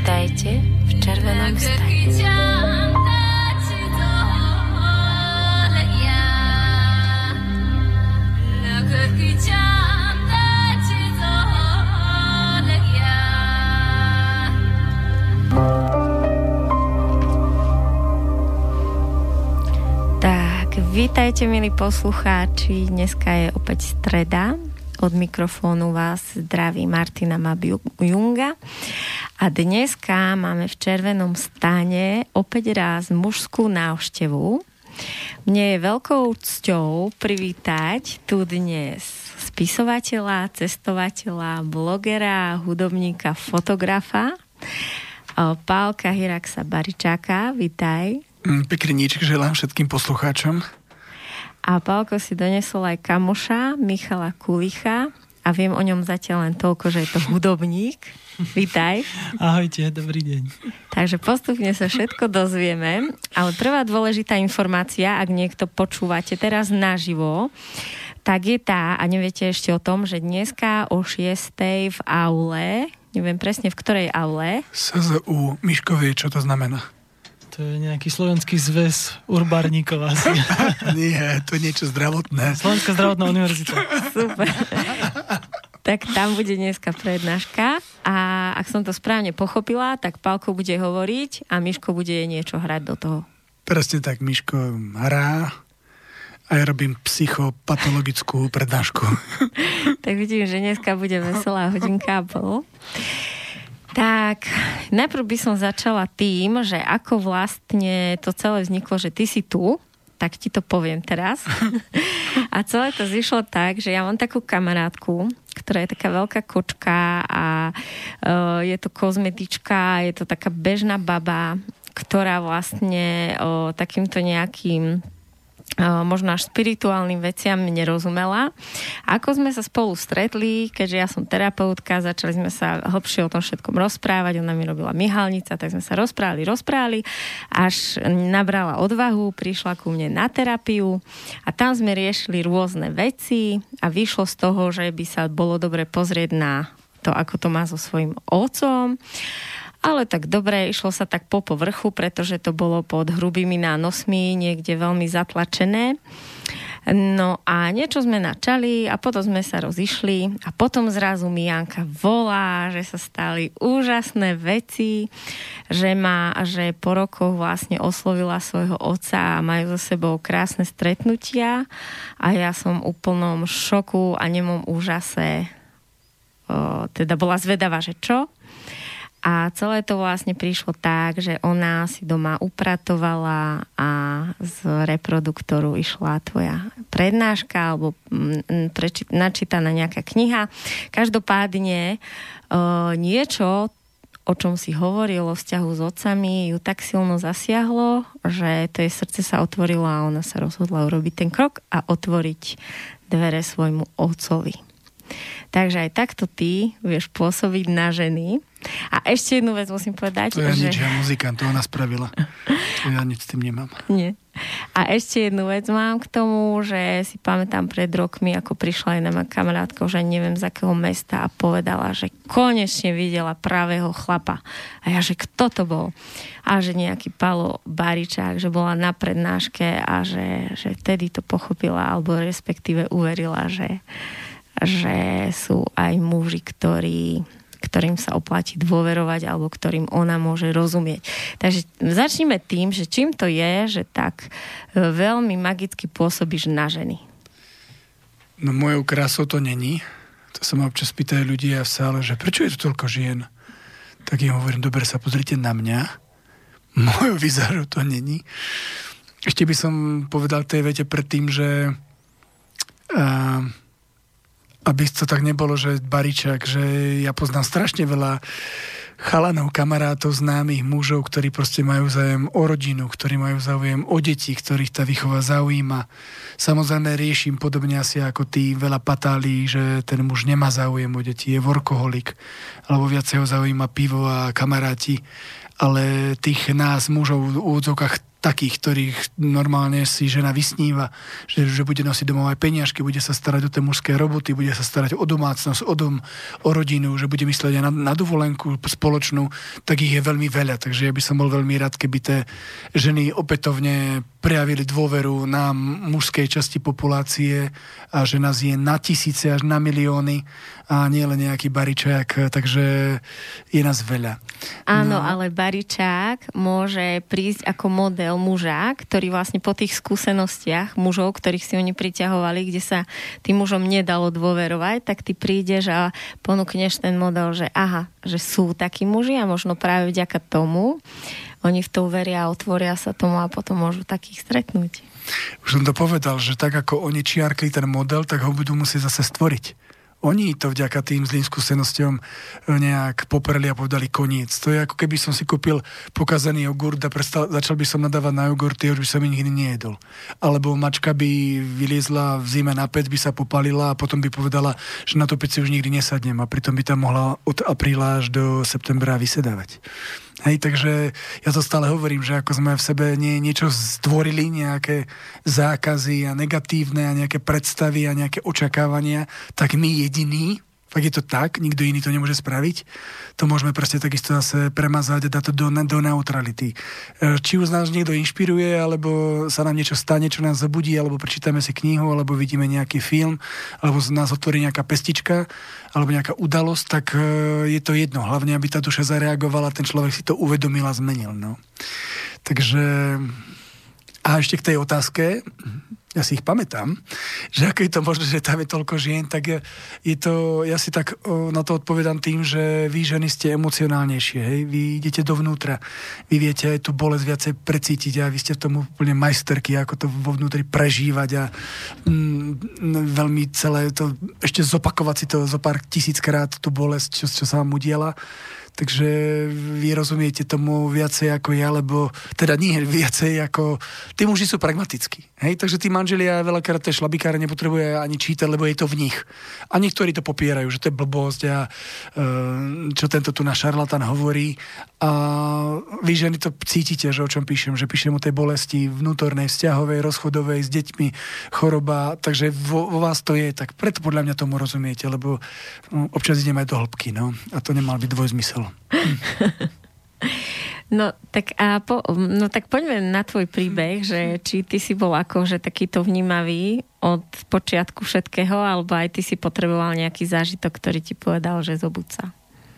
Vítajte v červenom stane. Tak, vítajte, milí poslucháči. Dneska je opäť streda. Od mikrofónu vás zdraví Martina Mabjunga. A dneska máme v červenom stane opäť raz mužskú návštevu. Mne je veľkou cťou privítať tu dnes spisovateľa, cestovateľa, blogera, hudobníka, fotografa Pálka Hiraksa Baričáka. Vítaj. Pekný níček želám všetkým poslucháčom. A Pálko si donesol aj kamoša Michala Kulicha a viem o ňom zatiaľ len toľko, že je to hudobník. Vítaj. Ahojte, dobrý deň. Takže postupne sa všetko dozvieme, ale prvá dôležitá informácia, ak niekto počúvate teraz naživo, tak je tá, a neviete ešte o tom, že dneska o 6:00 v aule, neviem presne v ktorej aule. SZU, Miško vie, čo to znamená. To je nejaký slovenský zväz urbárníkov asi. Nie, to je niečo zdravotné. Slovenská zdravotná univerzita. Super. Tak tam bude dneska prednáška a ak som to správne pochopila, tak Pálko bude hovoriť a Miško bude niečo hrať do toho. Presne tak, Miško hrá a ja robím psychopatologickú prednášku. Tak vidím, že dneska bude veselá hodinka a pol. Tak, najprv by som začala tým, že ako vlastne to celé vzniklo, že ty si tu, tak ti to poviem teraz. A celé to zišlo tak, že ja mám takú kamarátku, ktorá je taká veľká kočka a je to kozmetička, je to taká bežná baba, ktorá vlastne takýmto nejakým možno až spirituálnym veciam nerozumela. Ako sme sa spolu stretli, keďže ja som terapeutka, začali sme sa hlbšie o tom všetkom rozprávať, ona mi robila myhalnica, tak sme sa rozprávali, až nabrala odvahu, prišla ku mne na terapiu a tam sme riešili rôzne veci a vyšlo z toho, že by sa bolo dobre pozrieť na to, ako to má so svojím otcom. Ale tak dobre, išlo sa tak po povrchu, pretože to bolo pod hrubými nánosmi, niekde veľmi zatlačené. No a niečo sme načali a potom sme sa rozišli a potom zrazu mi Janka volá, že sa stali úžasné veci, že po rokoch vlastne oslovila svojho otca a majú so sebou krásne stretnutia a ja som v úplnom šoku a nemom úžase teda bola zvedavá, že čo? A celé to vlastne prišlo tak, že ona si doma upratovala a z reproduktoru išla tvoja prednáška alebo načítaná nejaká kniha. Každopádne niečo, o čom si hovoril o vzťahu s otcami, ju tak silno zasiahlo, že to jej srdce sa otvorilo a ona sa rozhodla urobiť ten krok a otvoriť dvere svojmu otcovi. Takže aj takto ty vieš pôsobiť na ženy. A ešte jednu vec musím povedať. To ja nič, ja muzikant, to ona spravila. To ja nič s tým nemám. Nie. A ešte jednu vec mám k tomu, že si pamätám pred rokmi, ako prišla jedna moja kamarátka, že neviem z akého mesta a povedala, že konečne videla pravého chlapa. A ja, že kto to bol? A že nejaký Pálo Baričák, že bola na prednáške a že vtedy to pochopila, alebo respektíve uverila, že sú aj muži, ktorým sa oplatí dôverovať alebo ktorým ona môže rozumieť. Takže začneme tým, že čím to je, že tak veľmi magicky pôsobíš na ženy. No mojou krásou to není. To sa ma občas pýtajú ľudia v sále, že prečo je tu toľko žien? Tak im hovorím, dobre, sa pozrite na mňa. Mojou výzorou to není. Ešte by som povedal tej vete predtým, že aby to tak nebolo, že Baričák, že ja poznám strašne veľa chalanov, kamarátov, známych mužov, ktorí proste majú záujem o rodinu, ktorí majú záujem o deti, ktorých tá výchova zaujíma. Samozrejme riešim podobne asi ako ty veľa patálí, že ten muž nemá záujem o deti, je workoholik, alebo viacej ho zaujíma pivo a kamaráti. Ale tých nás mužov v úvodzovkách takých, ktorých normálne si žena vysníva, že bude nosiť domov aj peniažky, bude sa starať o tie mužské roboty, bude sa starať o domácnosť, o dom, o rodinu, že bude myslieť aj na dovolenku spoločnú, tak ich je veľmi veľa. Takže ja by som bol veľmi rád, keby tie ženy opätovne prejavili dôveru na mužskej časti populácie a že nás je na tisíce až na milióny a nie len nejaký baričák, takže je nás veľa. Áno, ale baričák môže prísť ako model muža, ktorý vlastne po tých skúsenostiach mužov, ktorých si oni priťahovali, kde sa tým mužom nedalo dôverovať, tak ty prídeš a ponúkneš ten model, že aha, že sú takí muži a možno práve vďaka tomu oni v to uveria a otvoria sa tomu a potom môžu takých stretnúť. Už som to povedal, že tak ako oni čiarkli ten model, tak ho budú musieť zase stvoriť. Oni to vďaka tým zlým skúsenostiam nejak popreli a povedali koniec. To je ako keby som si kúpil pokazaný jogurt a začal by som nadávať na jogurty, už by som ich nikdy nejedol. Alebo mačka by vyliezla v zime na päť, by sa popalila a potom by povedala, že na to päť si už nikdy nesadnem a pritom by tam mohla od apríla až do septembra vysedávať. Hej, takže ja to stále hovorím, že ako sme v sebe niečo stvorili, nejaké zákazy a negatívne a nejaké predstavy a nejaké očakávania, tak my jediní, tak je to tak, nikto iný to nemôže spraviť, to môžeme proste takisto zase premazať a dať to do neutrality. Či už nás niekto inšpiruje, alebo sa nám niečo stane, čo nás zabudí, alebo prečítame si knihu, alebo vidíme nejaký film, alebo nás otvorí nejaká pestička, alebo nejaká udalosť, tak je to jedno. Hlavne, aby tá duša zareagovala, ten človek si to uvedomil a zmenil. No. Takže a ešte k tej otázke, ja si ich pamätám, že ako je to možné, že tam je toľko žien, tak je to, ja si tak na to odpovedám tým, že vy ženy ste emocionálnejšie, hej? Vy idete dovnútra, vy viete aj tú bolesť viacej precítiť a vy ste v tom úplne majsterky, ako to vo vnútri prežívať a veľmi celé to, ešte zopakovať si to zo pár tisíckrát tú bolesť, čo sa vám udiela. Takže vy rozumiete tomu viacej ako ja, lebo teda nie viacej ako... Tí muži sú pragmatickí. Hej? Takže tí manželia veľakrát tie šlabikáre nepotrebuje ani čítať, lebo je to v nich. A niektorí to popierajú, že to je blbosť a čo tento tu náš šarlatán hovorí. A vy ženy to cítite, že o čom píšem, že píšem o tej bolesti vnútornej, vzťahovej, rozchodovej, s deťmi, choroba, takže vo vás to je, tak preto podľa mňa tomu rozumiete, lebo občas ideme aj do hĺbky, no. A to nemal byť dvojzmysel. No tak poďme na tvoj príbeh, že či ty si bol akože takýto vnímavý od počiatku všetkého, alebo aj ty si potreboval nejaký zážitok, ktorý ti povedal, že zobud sa.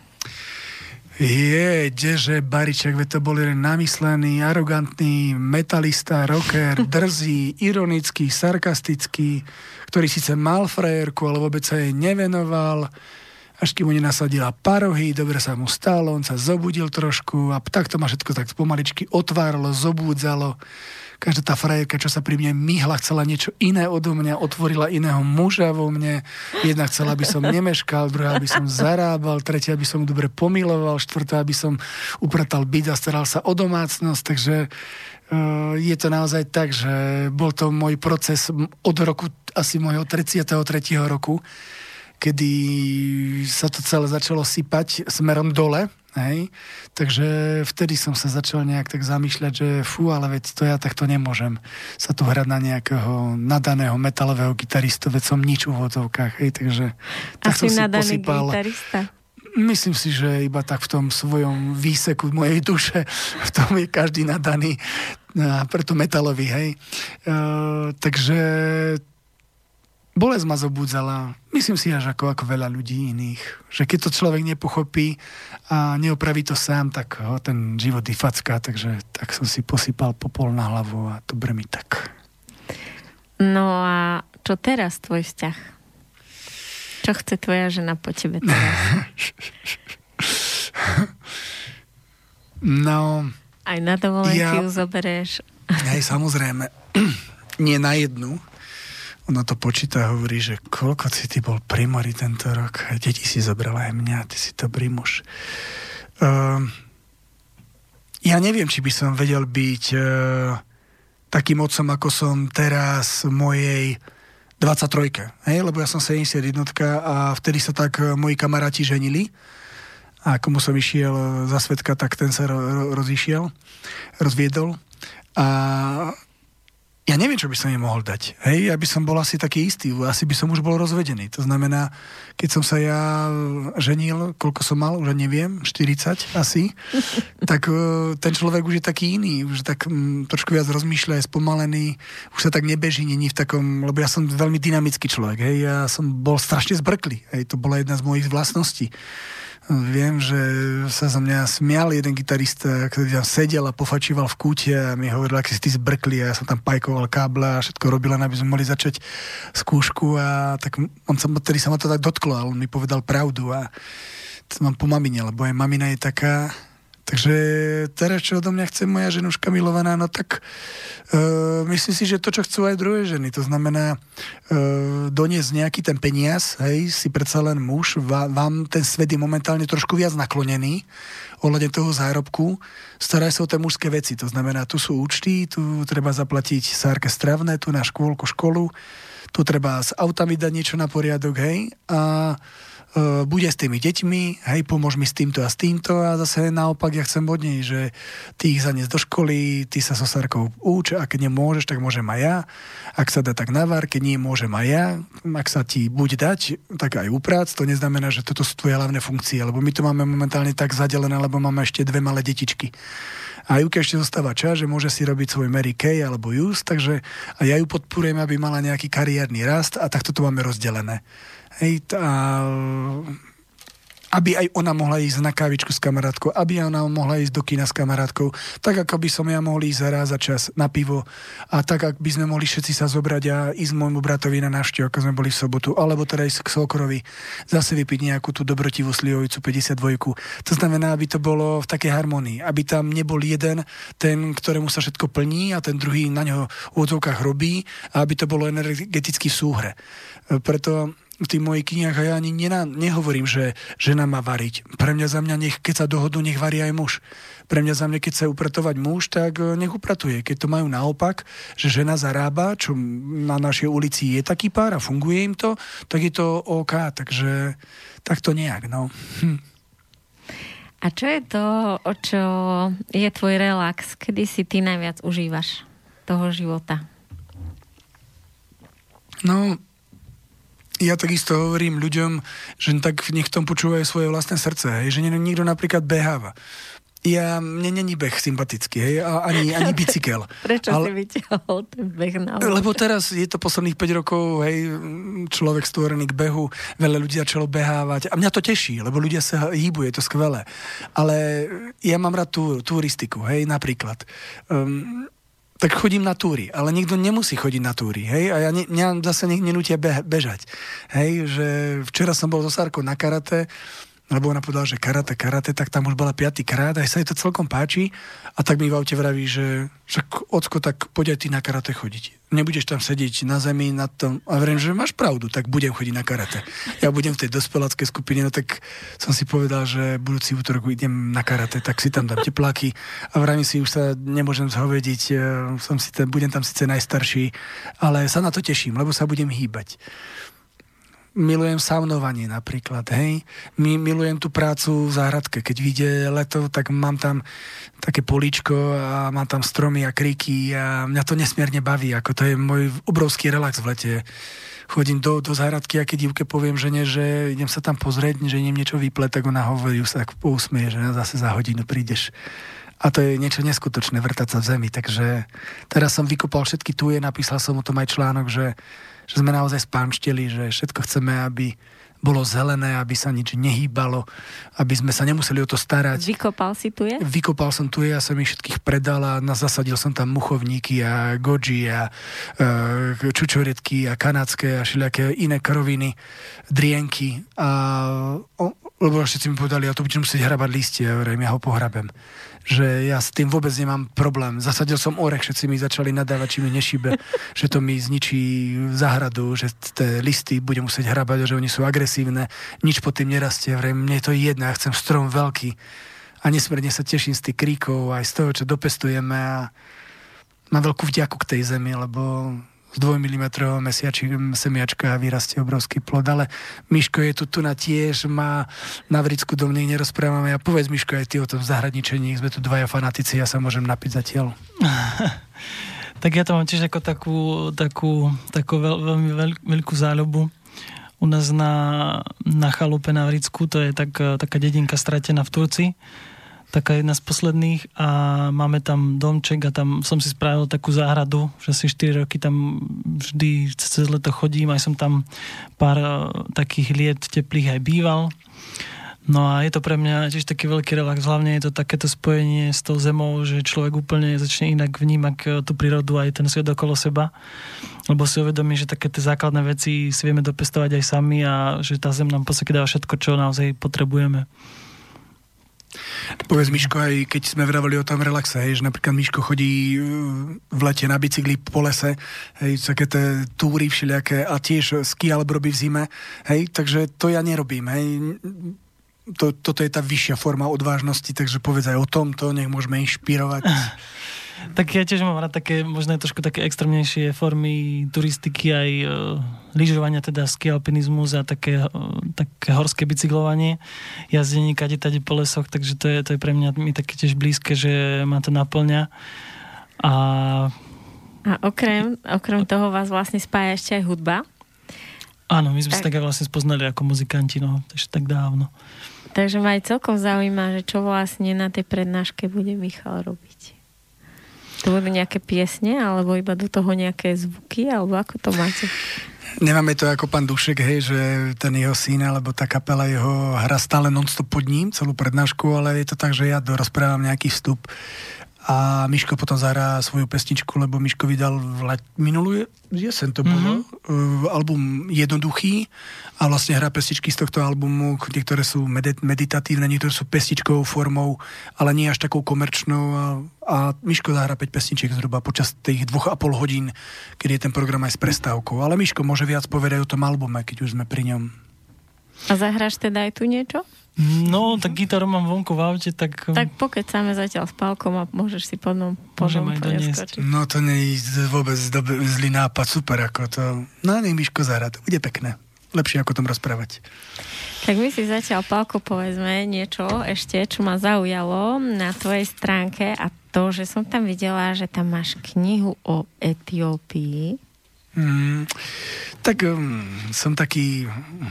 Kdeže Baričák, veď to bol jeden namyslený, arogantný metalista, rocker, drzý, ironický, sarkastický, ktorý síce mal frajerku, ale vôbec sa jej nevenoval, až kým mu nenasadila parohy, dobre sa mu stalo, on sa zobudil trošku a takto ma všetko tak pomaličky otváralo, zobúdzalo. Každá tá frajerka, čo sa pri mne myhla, chcela niečo iné odo mňa, otvorila iného muža vo mne. Jedna chcela, aby som nemeškal, druhá, aby som zarábal, tretia, aby som dobre pomiloval, štvrtá, aby som upratal byt a staral sa o domácnosť. Takže je to naozaj tak, že bol to môj proces od roku, asi môjho 33. roku, kedy sa to celé začalo sypať smerom dole, hej. Takže vtedy som sa začal nejak tak zamýšľať, že ale veď to ja takto nemôžem sa tu hrať na nejakého nadaného metalového gitaristu, veď som nič v úvodzovkách, hej, takže tak som si posypal. Gitarista? Myslím si, že iba tak v tom svojom výseku mojej duše, v tom je každý nadaný, preto metalový, hej. Takže bolesť ma zobudzala, myslím si až ako veľa ľudí iných, že keď to človek nepochopí a neopraví to sám, tak ho ten život vyfacká, takže tak som si posypal popol na hlavu a dobre mi tak. No a čo teraz tvoj vzťah? Čo chce tvoja žena po tebe teraz? No... Aj na dovolenky ju zoberieš? Aj samozrejme. Nie na jednu. Ona to počíta a hovorí, že koľko si ty bol pri mori tento rok. Deti si zobrala aj mňa, ty si dobrý muž. Ja neviem, či by som vedel byť takým otcom, ako som teraz mojej 23. Hej? Lebo ja som 71 a vtedy sa tak moji kamaráti ženili. A komu som išiel za svedka, tak ten sa rozviedol. A ja neviem, čo by som jej mohol dať. Hej, ja by som bol asi taký istý, asi by som už bol rozvedený. To znamená, keď som sa ja ženil, koľko som mal, už neviem, 40 asi, tak ten človek už je taký iný, už tak trošku viac rozmýšľa, je spomalený, už sa tak nebeží, není v takom, lebo ja som veľmi dynamický človek, hej, ja som bol strašne zbrklý, hej, to bola jedna z mojich vlastností. Viem, že sa za mňa smial jeden gitarista, ktorý tam sedel a pofačíval v kúte a mi hovoril, aký si ty zbrklý, a ja som tam pajkoval kábla a všetko robil, aby sme mohli začať skúšku, a tak tedy sa ma to tak dotklo, ale on mi povedal pravdu a to mám po mamine, lebo aj mamina je taká. Takže teraz, čo odo mňa chce moja ženuška milovaná, no tak myslím si, že to, čo chcú aj druhé ženy, to znamená doniesť nejaký ten peniaz, hej, si predsa len muž, vám ten svet je momentálne trošku viac naklonený ohľadne toho zárobku, staraj sa o tie mužské veci, to znamená, tu sú účty, tu treba zaplatiť Sárke stravné, tu na školu, tu treba s autami dať niečo na poriadok, hej, a bude s tými deťmi, hej, pomôž mi s týmto a s týmto, a zase naopak ja chcem od nej, že ty ich zaniesť do školy, ty sa so Sárkou uč, a keď nemôžeš, tak môžem aj ja, ak sa dá, tak navar, keď nie môžem aj ja, ak sa ti buď dať, tak aj uprác, to neznamená, že toto sú tvoje hlavné funkcie, lebo my to máme momentálne tak zadelené, lebo máme ešte 2 malé detičky. A Juke ešte zostáva čas, že môže si robiť svoj Mary Kay alebo Just, takže a ja ju podporujem, aby mala nejaký kariérny rast, a takto to máme rozdelené. Hej, aby aj ona mohla ísť na kávičku s kamarátkou, aby ona mohla ísť do kina s kamarátkou, tak ako by som ja mohol ísť raz za čas na pivo, a tak, ak by sme mohli všetci sa zobrať a ísť môjmu bratovi na návštevu, ako sme boli v sobotu, alebo teda ísť k svokrovi, zase vypiť nejakú tú dobrotivú slivovicu 52. To znamená, aby to bolo v takej harmonii, aby tam nebol jeden, ten, ktorému sa všetko plní, a ten druhý na ňo v odzvukách robí, a aby to bolo energeticky v súhre. Preto v tých mojich knihách ja ani nehovorím, že žena má variť. Pre mňa za mňa, keď sa dohodnú, nech varí aj muž. Pre mňa za mňa, keď sa upratovať muž, tak nech upratuje. Keď to majú naopak, že žena zarába, čo na našej ulici je taký pár a funguje im to, tak je to OK. Takže tak to nejak, no. A čo je to, čo je tvoj relax? Kedy si ty najviac užívaš toho života? No, ja takisto hovorím ľuďom, že tak nech tom počúvajú svoje vlastné srdce, hej, že niekto napríklad beháva. Mne není beh sympatický, hej, ani bicykel. Prečo si vyťahol ten beh na úvod? Lebo teraz je to posledných 5 rokov, hej, človek stvorený k behu, veľa ľudí začalo behávať a mňa to teší, lebo ľudia sa hýbu, je to skvelé. Ale ja mám rád turistiku, hej, napríklad. Tak chodím na túry, ale niekto nemusí chodiť na túry, hej, a mňa zase nenútia bežať, hej, že včera som bol so Sárkou na karate, lebo ona povedala, že karate, tak tam už bola 5. krát, aj sa jej to celkom páči, a tak mi v aute vraví, že však ocko, tak poď aj ty na karate chodiť. Nebudeš tam sedieť na zemi, na tom, a verím, že máš pravdu, tak budem chodiť na karate. Ja budem v tej dospeláckej skupine, no tak som si povedal, že budúci útorok idem na karate, tak si tam dám tepláky a vravím si, už sa nemôžem zhovediť, budem tam síce najstarší, ale sa na to teším, lebo sa budem hýbať. Milujem saunovanie napríklad, hej. Milujem tú prácu v záhradke. Keď vyjde leto, tak mám tam také políčko a mám tam stromy a kríky a mňa to nesmierne baví. Ako to je môj obrovský relax v lete. Chodím do záhradky a keď Ivke poviem žene, že idem sa tam pozrieť, že idem niečo vypleť, tak ona hovorí, už sa tak pousmieje, že zase za hodinu prídeš. A to je niečo neskutočné, vrtať sa v zemi. Takže teraz som vykopal všetky tuje, napísal som o tom aj článok, že sme naozaj spánšteli, že všetko chceme, aby bolo zelené, aby sa nič nehýbalo, aby sme sa nemuseli o to starať. Vykopal si tuje? Vykopal som tuje, ja som ich všetkých predal a zasadil som tam muchovníky a goji a čučoriedky a kanadské a všelijaké iné kroviny, drienky. Lebo všetci mi povedali, ja to budem musieť hrabať listie, ja ho pohrabem. Že ja s tým vôbec nemám problém. Zasadil som orech, všetci mi začali nadávať, či mi nešíbe, že to mi zničí záhradu, že tie listy budem musieť hrabať, že oni sú agresívne, nič pod tým nerastie. Mne je to jedno, ja chcem strom veľký a nesmierne sa teším z tých kríkov aj z toho, čo dopestujeme a mám veľkú vďaku k tej zemi, lebo z 2 mm semiačka a vyrastie obrovský plod, ale Miško je tu na tiež, má na Vricku dom, nech nerozprávame. A povedz, Miško, aj ty o tom zahraničení, sme tu dvaja fanatici, ja sa môžem napiť zatiaľ. Tak ja to mám tiež ako takú veľmi veľkú záľubu. U nás na chalupe na Vricku, to je taká dedinka stratená v Turci, taká jedna z posledných a máme tam domček a tam som si spravil takú záhradu, že asi 4 roky tam vždy cez leto chodím, aj som tam pár takých liet teplých aj býval. No a je to pre mňa tiež taký veľký relax, hlavne je to takéto spojenie s tou zemou, že človek úplne začne inak vnímať tú prírodu aj ten svet okolo seba, lebo si uvedomí, že také tie základné veci si vieme dopestovať aj sami a že tá zem nám v podstate dáva všetko, čo naozaj potrebujeme. Povedz, Miško, aj keď sme vravali o tom relaxe, hej, že napríklad Miško chodí v lete na bicykli po lese, hej, také tie túry všelijaké a tiež ski alebo robí v zime, hej, takže to ja nerobím, hej. Toto je tá vyššia forma odvážnosti, takže povedz aj o tomto, nech môžeme inšpirovať. Tak ja tiež mám rád také, možno trošku také extrémnejšie formy turistiky, aj lyžovania, teda ski alpinizmus a také horské bicyklovanie. Jazdenie kade po lesoch, takže to je pre mňa mi také tiež blízke, že ma to naplňa. A okrem toho vás vlastne spája ešte aj hudba. Áno, my sme sa tak aj vlastne spoznali ako muzikanti, no, takže tak dávno. Takže ma aj celkom zaujíma, že čo vlastne na tej prednáške bude Michal robiť. To budú nejaké piesne, alebo iba do toho nejaké zvuky, alebo ako to máte? Nemáme to ako pán Dušek, hej, že ten jeho syn, alebo tá kapela jeho hra stále non-stop pod ním, celú prednášku, ale je to tak, že ja dorozprávam nejaký vstup a Miško potom zahrá svoju pesničku, lebo Miško vydal minulú jesen to bolo, album Jednoduchý a vlastne hrá pesničky z tohto albumu, niektoré sú meditatívne, niektoré sú pesničkovou formou, ale nie až takou komerčnou a Miško zahrá 5 pesničiek zhruba počas tých 2,5 hodín, keď je ten program aj s prestávkou. Ale Miško môže viac povedať o tom albume, keď už sme pri ňom. A zahráš teda aj tu niečo? No, tak gitaru mám vonku v aute, tak... Tak pokecáme zatiaľ s Pálkom a môžeš si potom aj doniesť. No to nie je vôbec zlý nápad, super ako to. No nech Miško zahrá, to bude pekné. Lepšie ako o tom rozprávať. Tak my si zatiaľ, Pálko, povedzme niečo ešte, čo ma zaujalo na tvojej stránke a to, že som tam videla, že tam máš knihu o Etiópii. Som taký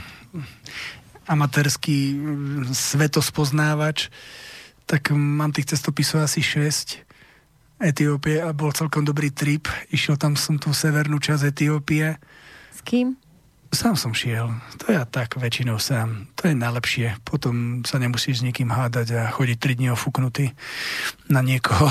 amatérsky svetospoznávač, tak mám tých cestopisov asi 6 Etiópie a bol celkom dobrý trip. Išiel tam som tú severnú časť Etiópie. S kým? Sám som šiel. To ja tak väčšinou sám. To je najlepšie. Potom sa nemusíš s niekým hádať a chodiť 3 dní ofúknutý na niekoho.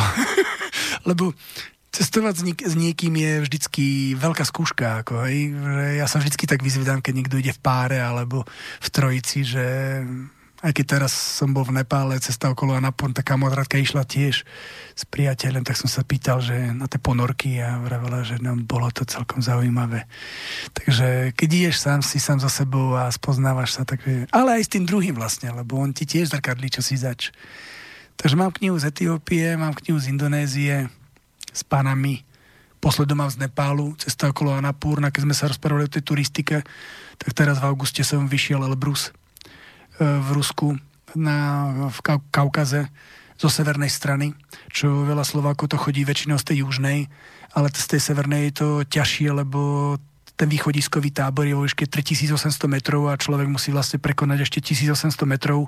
Lebo cestovať s niekým je vždycky veľká skúška. Ako, hej? Ja sa vždycky tak vyzvedám, keď niekto ide v páre alebo v trojici, že aj keď teraz som bol v Nepále, cesta okolo Annapurny, tá kamarátka išla tiež s priateľom, tak som sa pýtal, že na tie ponorky a vravela, že nám bolo to celkom zaujímavé. Takže keď ideš sám, si sám za sebou a spoznávaš sa, takže, ale aj s tým druhým vlastne, lebo on ti tiež zrkadlí, čo si zač. Takže mám knihu z Etiópie, mám knihu z Indonézie, s pánami. Posledom mám z Nepálu, cesta okolo Annapurna, keď sme sa rozprávali o tej turistike, tak teraz v auguste som vyšiel Elbrus v Rusku, v Kaukaze, zo severnej strany, čo veľa Slovákov to chodí väčšinou z tej južnej, ale z tej severnej je to ťažšie, lebo ten východiskový tábor je vo výške 3800 metrov a človek musí vlastne prekonať ešte 1800 metrov,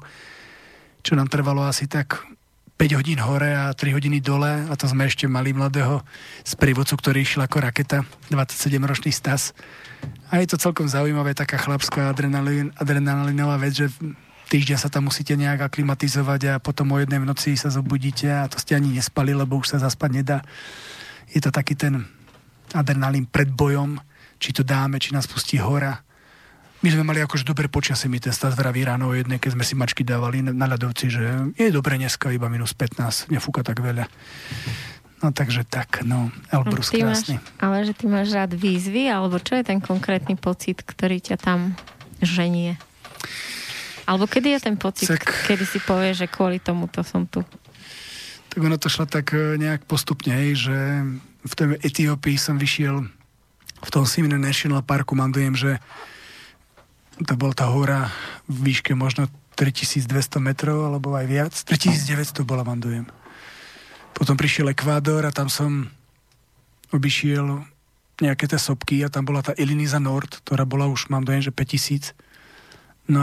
čo nám trvalo asi tak 5 hodín hore a 3 hodiny dole a to sme ešte mali mladého sprievodcu, ktorý išiel ako raketa, 27-ročný Stas. A je to celkom zaujímavé, taká chlapská adrenalinová vec, že týždeň sa tam musíte nejak aklimatizovať a potom o 1 v noci sa zobudíte a to ste ani nespali, lebo už sa zaspať nedá. Je to taký ten adrenalín pred bojom, či to dáme, či nás pustí hora. My sme mali akože dobré počasie, mi ten Stas vraví ráno o 1, keď sme si mačky dávali na ľadovci, že je dobre dneska, iba -15, nefúka tak veľa. No takže tak, no, Elbrus krásny. Ale že ty máš rád výzvy, alebo čo je ten konkrétny pocit, ktorý ťa tam ženie? Alebo kedy je ten pocit, kedy si povieš, že kvôli tomuto som tu? Tak ono to šlo tak nejak postupne, že v tej Etiópii som vyšiel v tom Simien National Parku mandujem, že to bola tá hora v výške možno 3200 metrov, alebo aj viac. 3900 bola mandujem. Potom prišiel Ekvádor a tam som obišiel nejaké tie sopky a tam bola tá Eliniza Nord, ktorá bola už, mám dojem, že 5000. No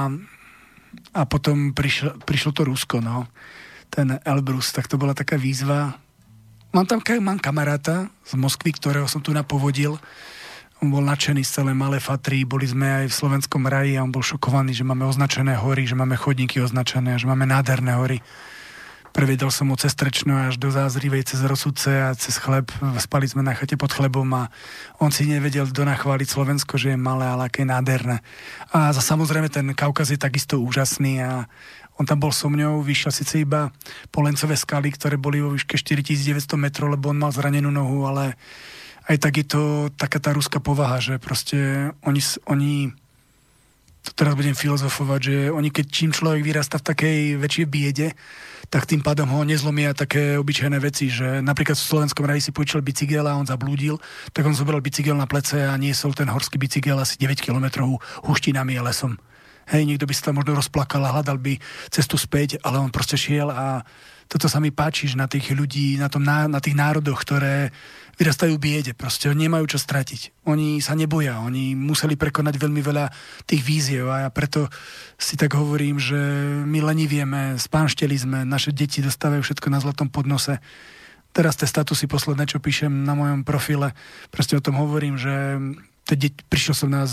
a potom prišlo to Rusko, no. Ten Elbrus, tak to bola taká výzva. Mám kamaráta z Moskvy, ktorého som tu napovodil. On bol nadšený z celé Malé Fatry, boli sme aj v Slovenskom raji a on bol šokovaný, že máme označené hory, že máme chodníky označené, že máme nádherné hory. Previedol som ho cez Trečno až do Zázrivej, cez Rosudce a cez Chleb. Spali sme na chate pod Chlebom a on si nevedel donachváliť Slovensko, že je malé, ale aké nádherné. A samozrejme ten Kaukaz je takisto úžasný a on tam bol so mňou, vyšiel síce iba po Lencové skaly, ktoré boli vo výške 4900 metrov, lebo on mal zranenú nohu, ale aj tak je to taká tá ruská povaha, že proste oni to teraz budem filozofovať, že oni, keď čím človek vyrastá v takej väčšej biede, tak tým pádom ho nezlomia také obyčajné veci, že napríklad v Slovenskom raji si požičal bicykel a on zablúdil, tak on zobral bicykel na plece a niesol ten horský bicykel asi 9 kilometrov húštinami a lesom. Hej, niekto by sa tam možno rozplakal a hľadal by cestu späť, ale on proste šiel a toto sa mi páči, že na tých ľudí, na tých národoch, ktoré vyrastajú v biede, proste oni nemajú čo stratiť. Oni sa neboja, oni museli prekonať veľmi veľa tých víziev a ja preto si tak hovorím, že my lenivieme, spánšteli sme, naše deti dostávajú všetko na zlatom podnose. Teraz tie statusy posledné, čo píšem na mojom profile, proste o tom hovorím, že prišiel som na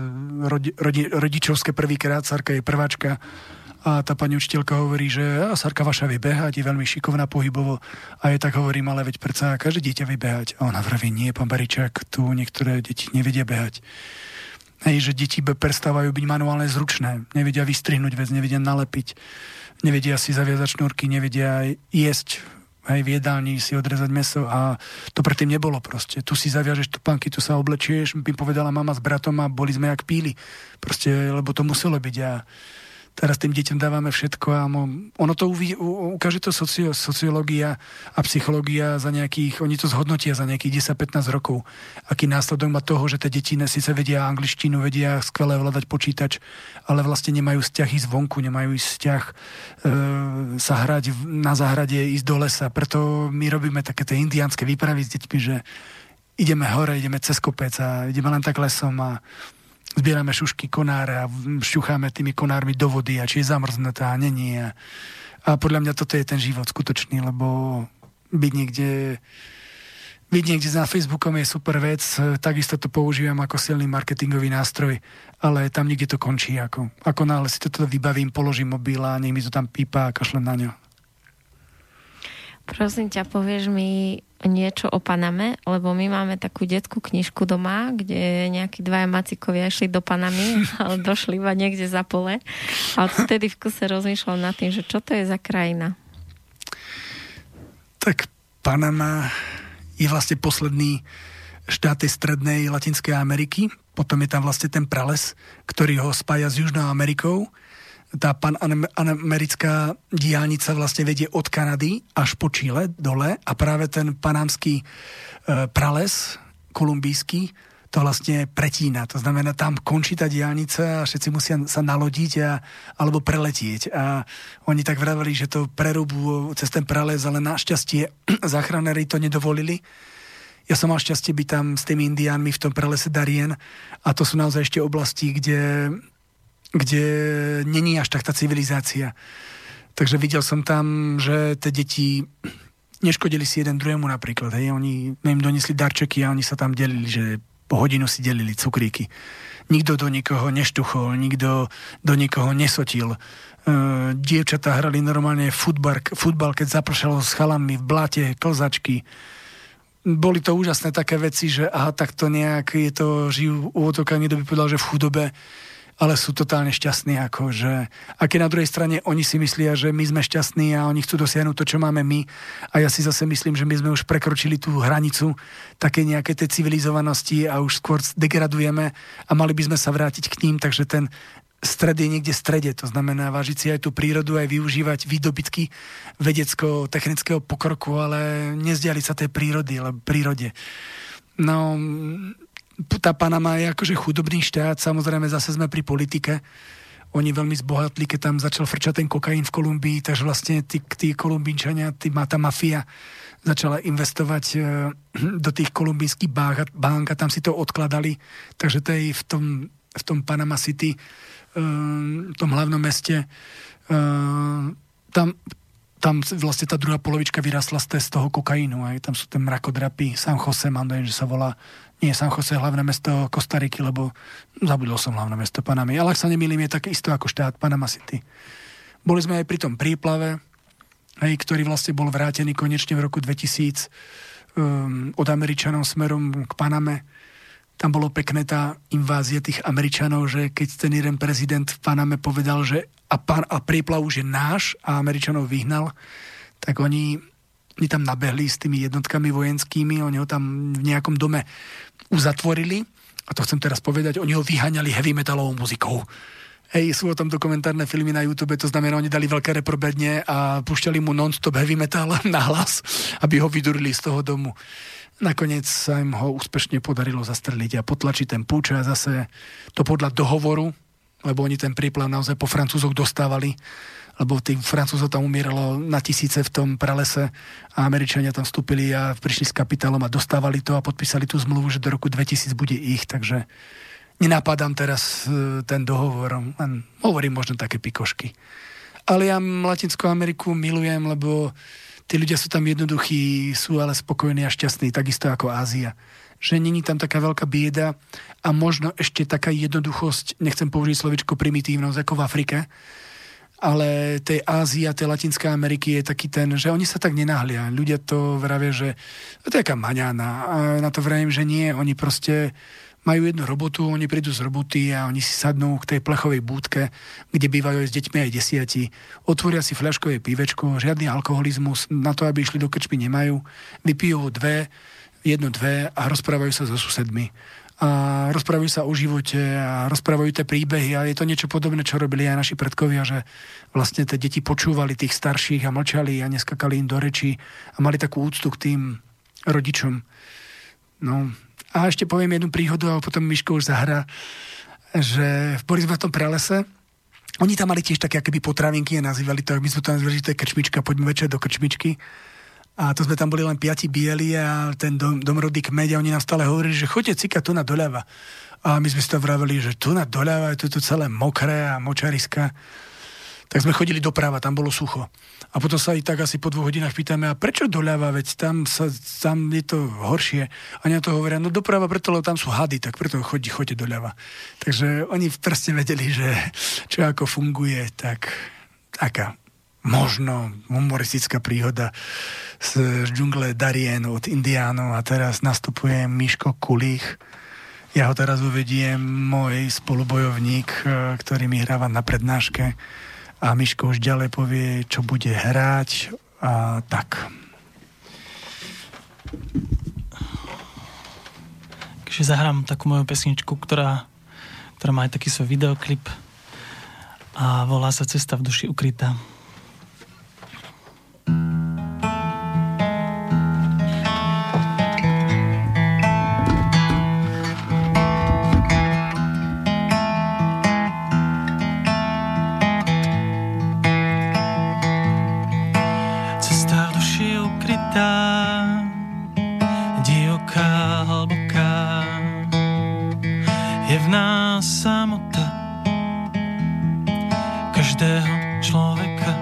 rodičovské prvýkrát, Sarka je prváčka, a tá pani učiteľka hovorí, že Sarka vaša vie behať, je veľmi šikovná pohybovo. A ja tak hovorím, ale veď predsa každé dieťa vie behať. A ona vraví, nie, pán Baričák, tu niektoré deti nevedia behať. Hej, že deti prestávajú byť manuálne zručné. Nevedia vystrihnúť vec, nevedia nalepiť, nevedia si zaviazať šnúrky, nevedia jesť, hej, v jedálni si odrezať mäso a to predtým nebolo proste. Tu si zaviažeš topánky, tu sa oblečieš, mi povedala mama s bratom a boli sme jak píli. Proste, lebo to muselo byť a teraz tým deťom dávame všetko a ono to ukáže to sociológia a psychológia za nejakých, oni to zhodnotia za nejakých 10-15 rokov. Aký následok má toho, že tie deti síce vedia angličtinu, vedia skvelé ovládať počítač, ale vlastne nemajú vzťah ísť vonku, nemajú vzťah sa hrať na záhrade, ísť do lesa. Preto my robíme také tie indiánske výpravy s deťmi, že ideme hore, ideme cez kopec a ideme len tak lesom a zbierame šušky, konáre a šťucháme tými konármi do vody a či je zamrznutá a není. A podľa mňa toto je ten život skutočný, lebo byť niekde na Facebookom je super vec, takisto to používam ako silný marketingový nástroj, ale tam niekde to končí. Ako náhle si toto vybavím, položím mobil a nech mi to tam pípa a kašlem na ňo. Prosím ťa, povieš mi niečo o Paname, lebo my máme takú detskú knižku doma, kde nejakí dvaja macikovia išli do Panamy, ale došli iba niekde za pole. A odtedy v kuse rozmýšľam nad tým, že čo to je za krajina. Tak Panama je vlastne posledný štát tej strednej Latinskej Ameriky. Potom je tam vlastne ten prales, ktorý ho spája s Južnou Amerikou. Tá panamerická diaľnica vlastne vedie od Kanady až po Čile dole a práve ten panamský prales kolumbijský to vlastne pretína. To znamená, tam končí tá diaľnica a všetci musia sa nalodiť alebo preletieť. A oni tak vraveli, že to prerúbu cez ten prales, ale našťastie záchranári to nedovolili. Ja som mal šťastie byť tam s tými indiánmi v tom prelese Darien a to sú naozaj ešte oblasti, kde není až tak tá civilizácia. Takže videl som tam, že tie deti neškodili si jeden druhému napríklad. Hej. Oni im donesli darčeky a oni sa tam delili, že po hodinu si delili cukríky. Nikto do nikoho neštuchol, nikto do nikoho nesotil. Dievčatá hrali normálne futbal, keď zapršalo s chalami v blate, klzačky. Boli to úžasné také veci, že tak to nejak je to, žijú úvodzovka, niekto by povedal, že v chudobe, ale sú totálne šťastní, akože. A keď na druhej strane oni si myslia, že my sme šťastní a oni chcú dosiahnuť to, čo máme my. A ja si zase myslím, že my sme už prekročili tú hranicu také nejaké tej civilizovanosti a už skôr degradujeme a mali by sme sa vrátiť k ním, takže ten stred je niekde v strede. To znamená vážiť si aj tú prírodu, aj využívať výdobytky vedecko-technického pokroku, ale nezdialiť sa tej prírode. No, tá Panama je akože chudobný štát, samozrejme zase sme pri politike. Oni veľmi zbohatli, keď tam začal frčať ten kokain v Kolumbii, takže vlastne tí Kolumbínčania, tá mafia začala investovať do tých kolumbijských bank a tam si to odkladali. Takže to je v tom Panama City, v tom hlavnom meste, tam vlastne tá druhá polovička vyrastla z toho kokainu. Aj tam sú ten mrakodrapy, San Jose, mám dojem, že sa volá, nie San Jose, hlavné mesto Kostariky, lebo zabudol som hlavné mesto Panamy. Ale ak sa nemýlim, je také isto ako štát Panama City. Boli sme aj pri tom príplave, ktorý vlastne bol vrátený konečne v roku 2000 od Američanov smerom k Paname. Tam bolo pekné tá invázia tých Američanov, že keď ten jeden prezident v Paname povedal, že a príplav už je náš a Američanov vyhnal, tak oni tam nabehli s tými jednotkami vojenskými, oni ho tam v nejakom dome uzatvorili a to chcem teraz povedať, oni ho vyháňali heavy metalovou muzikou. Sú o tom dokumentárne filmy na YouTube, to znamená, oni dali veľké reprobedne a púšťali mu non-stop heavy metal na hlas, aby ho vydurili z toho domu. Nakoniec sa im ho úspešne podarilo zastreliť a potlačiť ten púč a zase to podľa dohovoru, lebo oni ten príplav naozaj po Francúzoch dostávali, lebo tých Francúzov tam umieralo na tisíce v tom pralese a Američania tam vstúpili a prišli s kapitálom a dostávali to a podpísali tú zmluvu, že do roku 2000 bude ich, takže nenapadám teraz ten dohovor, len hovorím možno také pikošky. Ale ja Latinskú Ameriku milujem, lebo tí ľudia sú tam jednoduchí, sú ale spokojní a šťastní, takisto ako Ázia. Že není tam taká veľká bieda a možno ešte taká jednoduchosť, nechcem použiť slovičko primitívnosť ako v Afrike, ale tej Ázii a tej Latinskej Ameriky je taký ten, že oni sa tak nenahlia. Ľudia to vravia, že to je taká maňána. A na to vravím, že nie. Oni proste majú jednu robotu, oni prídu z roboty a oni si sadnú k tej plechovej búdke, kde bývajú aj s deťmi aj 10. Otvoria si fľaškové pívečko, žiadny alkoholizmus, na to, aby išli do krčmy nemajú. Vypijú jednu, dve a rozprávajú sa so susedmi. A rozprávajú sa o živote a rozprávajú tie príbehy a je to niečo podobné, čo robili aj naši predkovia, že vlastne tie deti počúvali tých starších a mlčali a neskakali im do rečí a mali takú úctu k tým rodičom. No a ešte poviem jednu príhodu a potom Miško už zahrá, že boli sme v tom pralese. Oni tam mali tiež také akoby potravinky a nazývali to, my sme to nazývali, že to je krčmička, poďme večer do krčmičky. A to sme tam boli len 5 bieli a ten domorodý kmeď a oni nám stále hovorili, že choďte cika tu na doľava. A my sme si to vraveli, že tu na doľava je to celé mokré a močariska. Tak sme chodili doprava, tam bolo sucho. A potom sa i tak asi po 2 hodinách pýtame, a prečo doľava, veď tam je to horšie. A oni na to hovoria, no doprava preto, lebo tam sú hady, tak preto choďte doľava. Takže oni presne vedeli, že čo ako funguje, tak taká možno humoristická príhoda z džungle Darien od Indiánov a teraz nastupuje Miško Kulích. Ja ho teraz uvediem, môj spolubojovník, ktorý mi hráva na prednáške a Miško už ďalej povie, čo bude hrať a tak. Takže zahrám takú moju pesničku, ktorá má aj taký svoj videoklip a volá sa Cesta v duši ukrytá. Divoká, hlboká, je v nás samota každého človeka.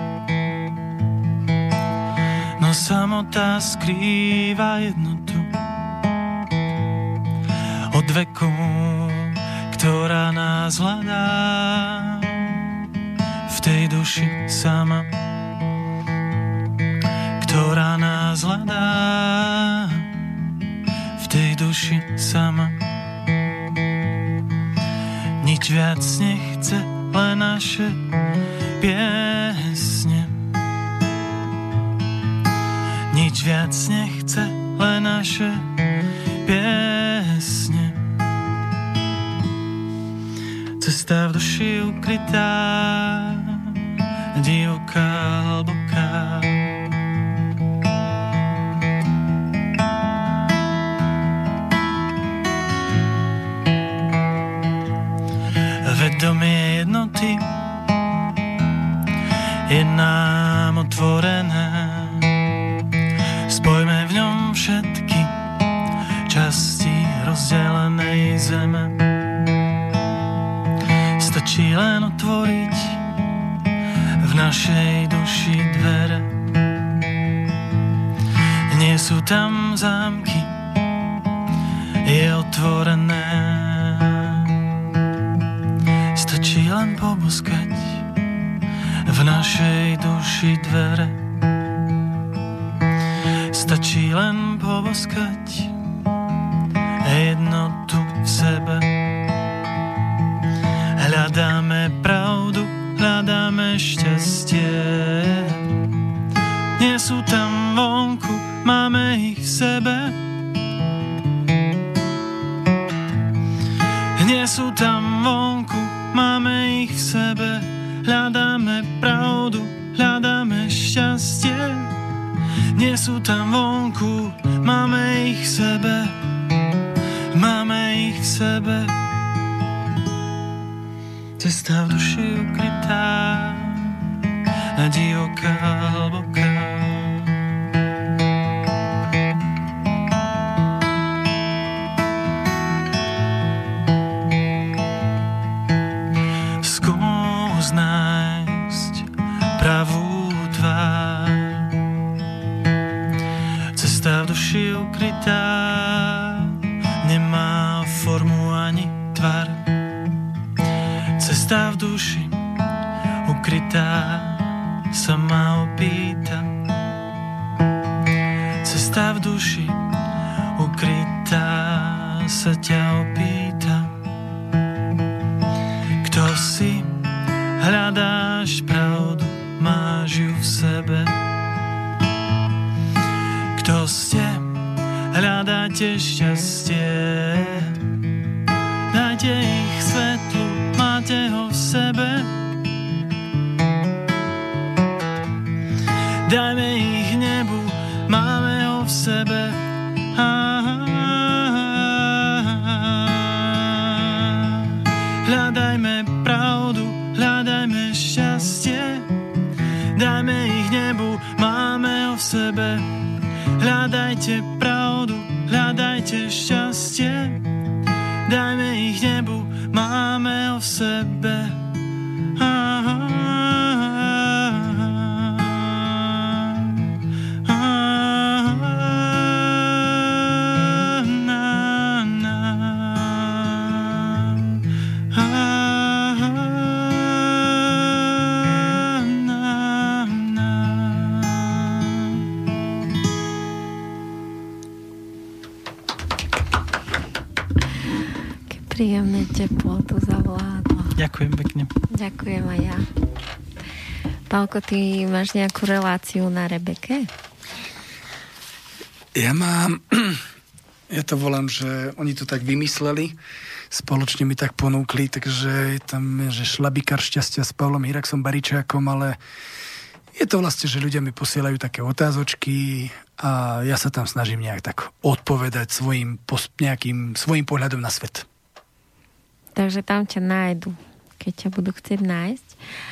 No samota skrýva jednotu od veku, ktorá nás hľadá v tej duši sama, ktorá nás hľadá v tej duši sama. Nič viac nechce, len naše piesne. Nič viac nechce, len naše piesne. Cesta v duši ukrytá, divoká, hlboká. Vedomie jednoty je nám otvorené. Spojme v ňom všetky časti rozdelenej zeme. Stačí len otvoriť v našej duši dvere. Nie sú tam zámky, je otvorené. Stačí len poboskať v našej duši dvere. Stačí len poboskať jednotu v sebe. Hľadáme pravdu, hľadáme šťastie. Nie sú tam vonku, máme ich v sebe. Nie sú tam vonku, máme ich v sebe. Hľadáme pravdu, hľadáme šťastie. Nie sú tam vonku, máme ich v sebe. Máme ich v sebe. Cesta v duši ukrytá, divoká, hlboká. Skús nájsť pravú tvár. Cesta v duši ukrytá nemá formu ani tvar. Cesta v duši ukrytá sa ma opýta. Cesta v duši ukrytá sa ťa opýta. Kto si? Hľadáš pravdu, máš ju v sebe. Kto ste? Hľadáte šťastie. Dajte ich svetlu, máte ho v sebe. Dajme ich nebu, máme ho v sebe. Hľadajme pravdu, hľadajme šťastie. Dajme ich nebu, máme ho v sebe. Hľadajte pravdu, hľadajte šťastie. Dajme ich nebu, máme ho v sebe. Príjemné teplo tu zavládlo. Ďakujem pekne. Ďakujem aj ja. Pálko, ty máš nejakú reláciu na Rebeke? Ja mám... Ja to volám, že oni to tak vymysleli, spoločne mi tak ponúkli, takže je tam, že šlabikár šťastia s Pavlom Hiraxom Baričákom, ale je to vlastne, že ľudia mi posielajú také otázočky a ja sa tam snažím nejak tak odpovedať nejakým svojím pohľadom na svet. Takže tam ťa nájdu, keď ťa budú chcieť nájsť.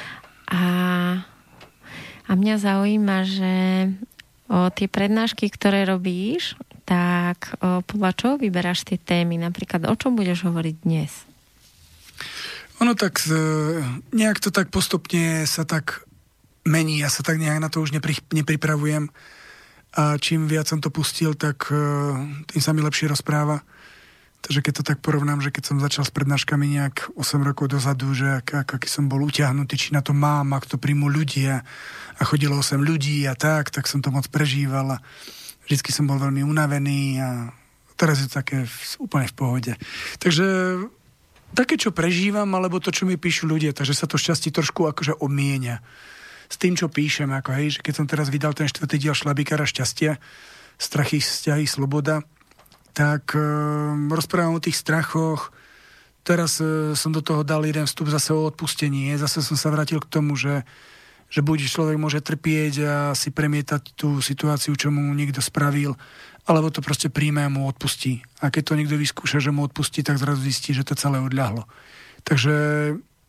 A mňa zaujíma, že tie prednášky, ktoré robíš, tak podľa čoho vyberáš tie témy? Napríklad, o čom budeš hovoriť dnes? Ono tak, nejak to tak postupne sa tak mení. Ja sa tak nejak na to už nepripravujem. A čím viac som to pustil, tak tým sa mi lepšie rozpráva. Takže keď to tak porovnám, že keď som začal s prednáškami nejak 8 rokov dozadu, že aký som bol utiahnutý, či na to mám, ak to príjmu ľudia a chodilo 8 ľudí a tak som to moc prežíval a vždycky som bol veľmi unavený a teraz je to také úplne v pohode. Takže také, čo prežívam, alebo to, čo mi píšu ľudia, takže sa to šťastie trošku akože obmienia s tým, čo píšem, ako hej, že keď som teraz vydal ten 4. diel Šlabikára šťastia, Strachy, vzťahy, sloboda, tak rozprávam o tých strachoch. Teraz som do toho dal jeden vstup zase o odpustení. Zase som sa vrátil k tomu, že buď človek môže trpieť a si premietať tú situáciu, čo mu niekto spravil, alebo to proste príjme a mu odpustí. A keď to niekto vyskúša, že mu odpustí, tak zrazu zistí, že to celé odľahlo. Takže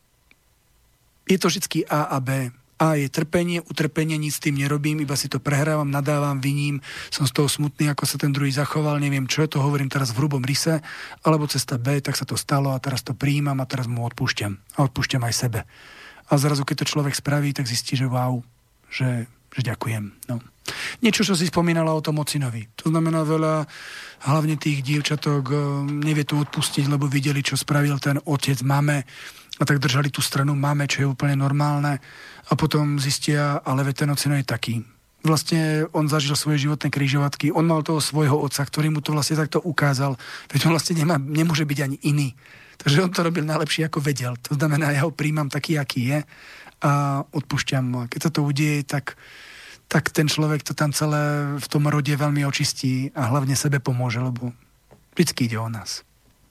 je to vždycky A a B. A je trpenie, utrpenie, nic s tým nerobím, iba si to prehrávam, nadávam, viním, som z toho smutný, ako sa ten druhý zachoval, neviem čo, to hovorím teraz v hrubom ryse, alebo cesta B, tak sa to stalo a teraz to prijímam a teraz mu odpúšťam. A odpúšťam aj sebe. A zrazu, keď to človek spraví, tak zistí, že wow, že ďakujem. No. Niečo, čo si spomínala o tom ocinovi. To znamená veľa, hlavne tých dievčatok nevie to odpustiť, lebo videli, čo spravil ten otec mame a tak držali tú stranu mame, čo je úplne normálne a potom zistia, ale veď ten ocino je taký. Vlastne on zažil svoje životné križovatky, on mal toho svojho otca, ktorý mu to vlastne takto ukázal, veď on vlastne nemôže byť ani iný. Takže on to robil najlepšie, ako vedel. To znamená, ja ho príjmam taký, aký je a odpúšťam mu. A keď sa to udeje, tak ten človek to tam celé v tom rode veľmi očistí a hlavne sebe pomôže, lebo vždycky ide o nás.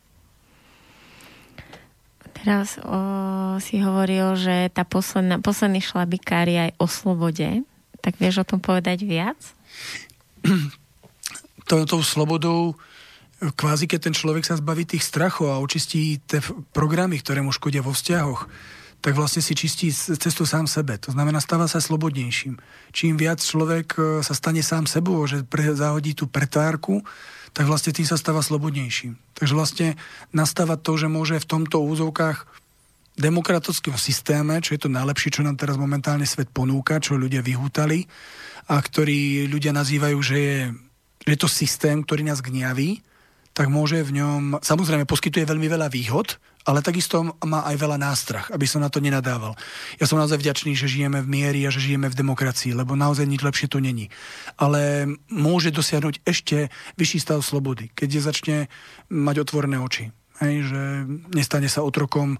Teraz si hovoril, že tá posledný šlabikár je aj o slobode. Tak vieš o tom povedať viac? Tou slobodou, kvázi keď ten človek sa zbaví tých strachov a očistí tie programy, ktoré mu škodia vo vzťahoch, tak vlastne si čistí cestu sám sebe. To znamená, stáva sa slobodnejším. Čím viac človek sa stane sám sebou, že zahodí tú pretvárku, tak vlastne tým sa stáva slobodnejším. Takže vlastne nastáva to, že môže v tomto úzovkách demokratickom systéme, čo je to najlepšie, čo nám teraz momentálne svet ponúka, čo ľudia vyhútali a ktorí ľudia nazývajú, že je to systém, ktorý nás gniaví, tak môže v ňom, samozrejme poskytuje veľmi veľa výhod, ale takisto má aj veľa nástrah, aby som na to nenadával. Ja som naozaj vďačný, že žijeme v miery a že žijeme v demokracii, lebo naozaj nič lepšie to není. Ale môže dosiahnuť ešte vyšší stav slobody, keď začne mať otvorené oči. Hej, že nestane sa otrokom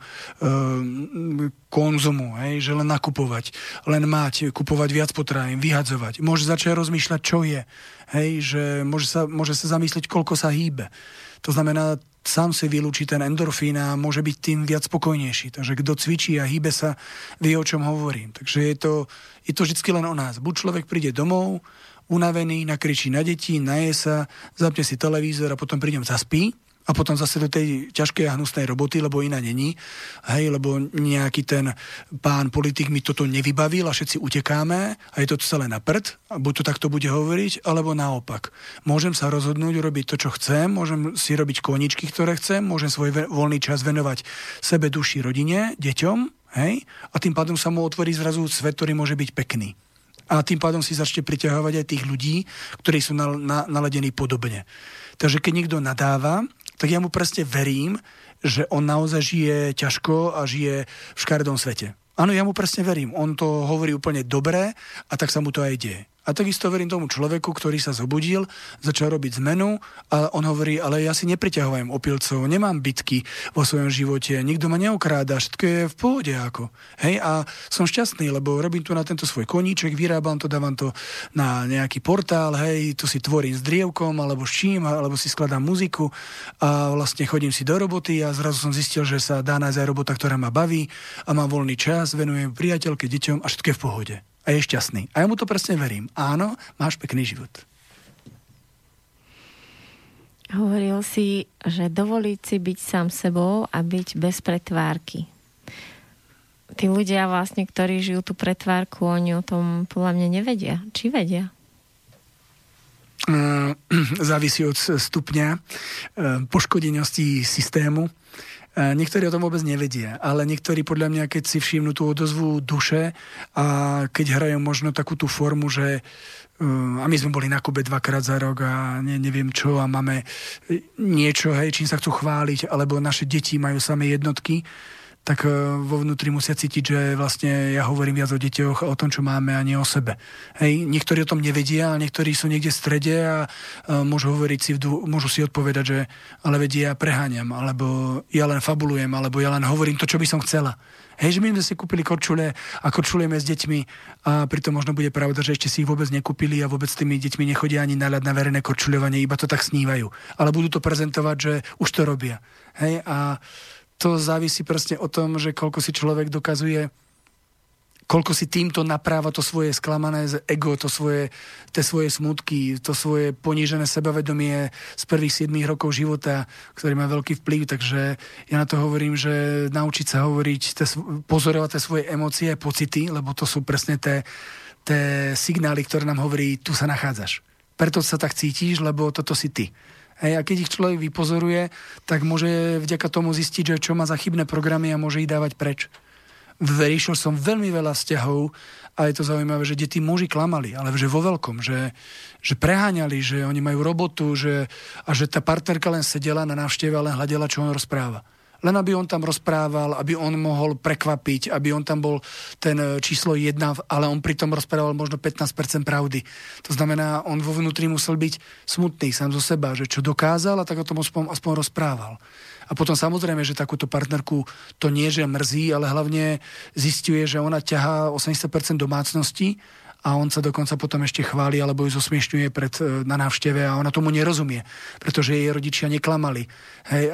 konzumu, hej, že len nakupovať, len mať, kupovať viac potravín, vyhadzovať. Môže začať rozmýšľať, čo je. Hej, že môže sa zamyslieť, koľko sa hýbe. To znamená, sám si vylúči ten endorfín a môže byť tým viac spokojnejší. Takže kto cvičí a hýbe sa, vie, o čom hovorím. Takže je to vždy len o nás. Buď človek príde domov, unavený, nakričí na deti, naje sa, zapne si televízor a potom pri ňom zaspí, a potom zase do tej ťažkej a hnusnej roboty, lebo iná není. Hej, lebo nejaký ten pán politik mi toto nevybavil a všetci utekáme a je to celé na prd. A buď to takto bude hovoriť, alebo naopak. Môžem sa rozhodnúť urobiť to, čo chcem, môžem si robiť koničky, ktoré chcem, môžem svoj voľný čas venovať sebe, duši, rodine, deťom, hej, a tým pádom sa mu otvorí zrazu svet, ktorý môže byť pekný. A tým pádom si začne priťahovať aj tých ľudí, ktorí sú naladení podobne. Takže keď niekto nadáva, tak ja mu presne verím, že on naozaj žije ťažko a žije v škaredom svete. Áno, ja mu presne verím. On to hovorí úplne dobre a tak sa mu to aj deje. A takisto verím tomu človeku, ktorý sa zobudil, začal robiť zmenu a on hovorí, ale ja si nepriťahujem opilcov, nemám bitky vo svojom živote, nikto ma neokráda, všetko je v pohode ako. Hej, a som šťastný, lebo robím tu na tento svoj koníček, vyrábam to, dávam to na nejaký portál, hej, tu si tvorím s drievkom, alebo s čím, alebo si skladám muziku a vlastne chodím si do roboty a zrazu som zistil, že sa dá nájsť aj robota, ktorá ma baví a mám voľný čas, venujem priateľke, deťom a všetko je v pohode. A je šťastný. A ja mu to presne verím. Áno, máš pekný život. Hovoril si, že dovoliť si byť sám sebou a byť bez pretvárky. Tí ľudia vlastne, ktorí žijú tú pretvárku, oni o tom podľa mňa nevedia. Či vedia? Závisí od stupňa poškodenosti systému. Niektorí o tom vôbec nevedia, ale niektorí podľa mňa, keď si všimnú tú odozvu duše a keď hrajú možno takú tú formu, že a my sme boli na Kube 2-krát za rok a neviem čo a máme niečo, hej, čím sa chcú chváliť, alebo naše deti majú samé jednotky, tak vo vnútri musia cítiť, že vlastne ja hovorím viac o deťoch a o tom, čo máme a nie o sebe. Hej, niektorí o tom nevedia, ale niektorí sú niekde v strede a môžu si odpovedať, že ale vedia, ja preháňam, alebo ja len fabulujem, alebo ja len hovorím to, čo by som chcela. Hej, že my sme si kúpili korčule a korčulujeme s deťmi a pritom možno bude pravda, že ešte si ich vôbec nekúpili a vôbec s tými deťmi nechodia ani na ľad na verejné korčuľovanie, iba to tak snívajú. Ale budú to prezentovať, že už to robia. Hej, a to závisí presne o tom, že koľko si človek dokazuje Koľko si týmto napráva to svoje sklamané ego, tie svoje smutky, to svoje ponížené sebavedomie z prvých 7 rokov života, ktorý má veľký vplyv. Takže ja na to hovorím, že naučiť sa hovoriť, pozorovať tie svoje emócie a pocity, lebo to sú presne tie signály, ktoré nám hovorí, tu sa nachádzaš. Preto sa tak cítiš, lebo toto si ty. Hej, a keď ich človek vypozoruje, tak môže vďaka tomu zistiť, že čo má za chybné programy a môže ich dávať preč. Riešil som veľmi veľa vzťahov a je to zaujímavé, že deti muži klamali, ale že vo veľkom, že preháňali, že oni majú robotu a že tá partnerka len sedela na návšteve a len hľadela, čo on rozpráva. Len aby on tam rozprával, aby on mohol prekvapiť, aby on tam bol ten číslo 1, ale on pritom rozprával možno 15% pravdy. To znamená, on vo vnútri musel byť smutný sám zo seba, že čo dokázal a tak o tom aspoň rozprával. A potom samozrejme, že takúto partnerku to nie, že mrzí, ale hlavne zisťuje, že ona ťahá 80% domácnosti a on sa dokonca potom ešte chváli alebo ju zosmiešňuje na návšteve a ona tomu nerozumie, pretože jej rodičia neklamali. Hej,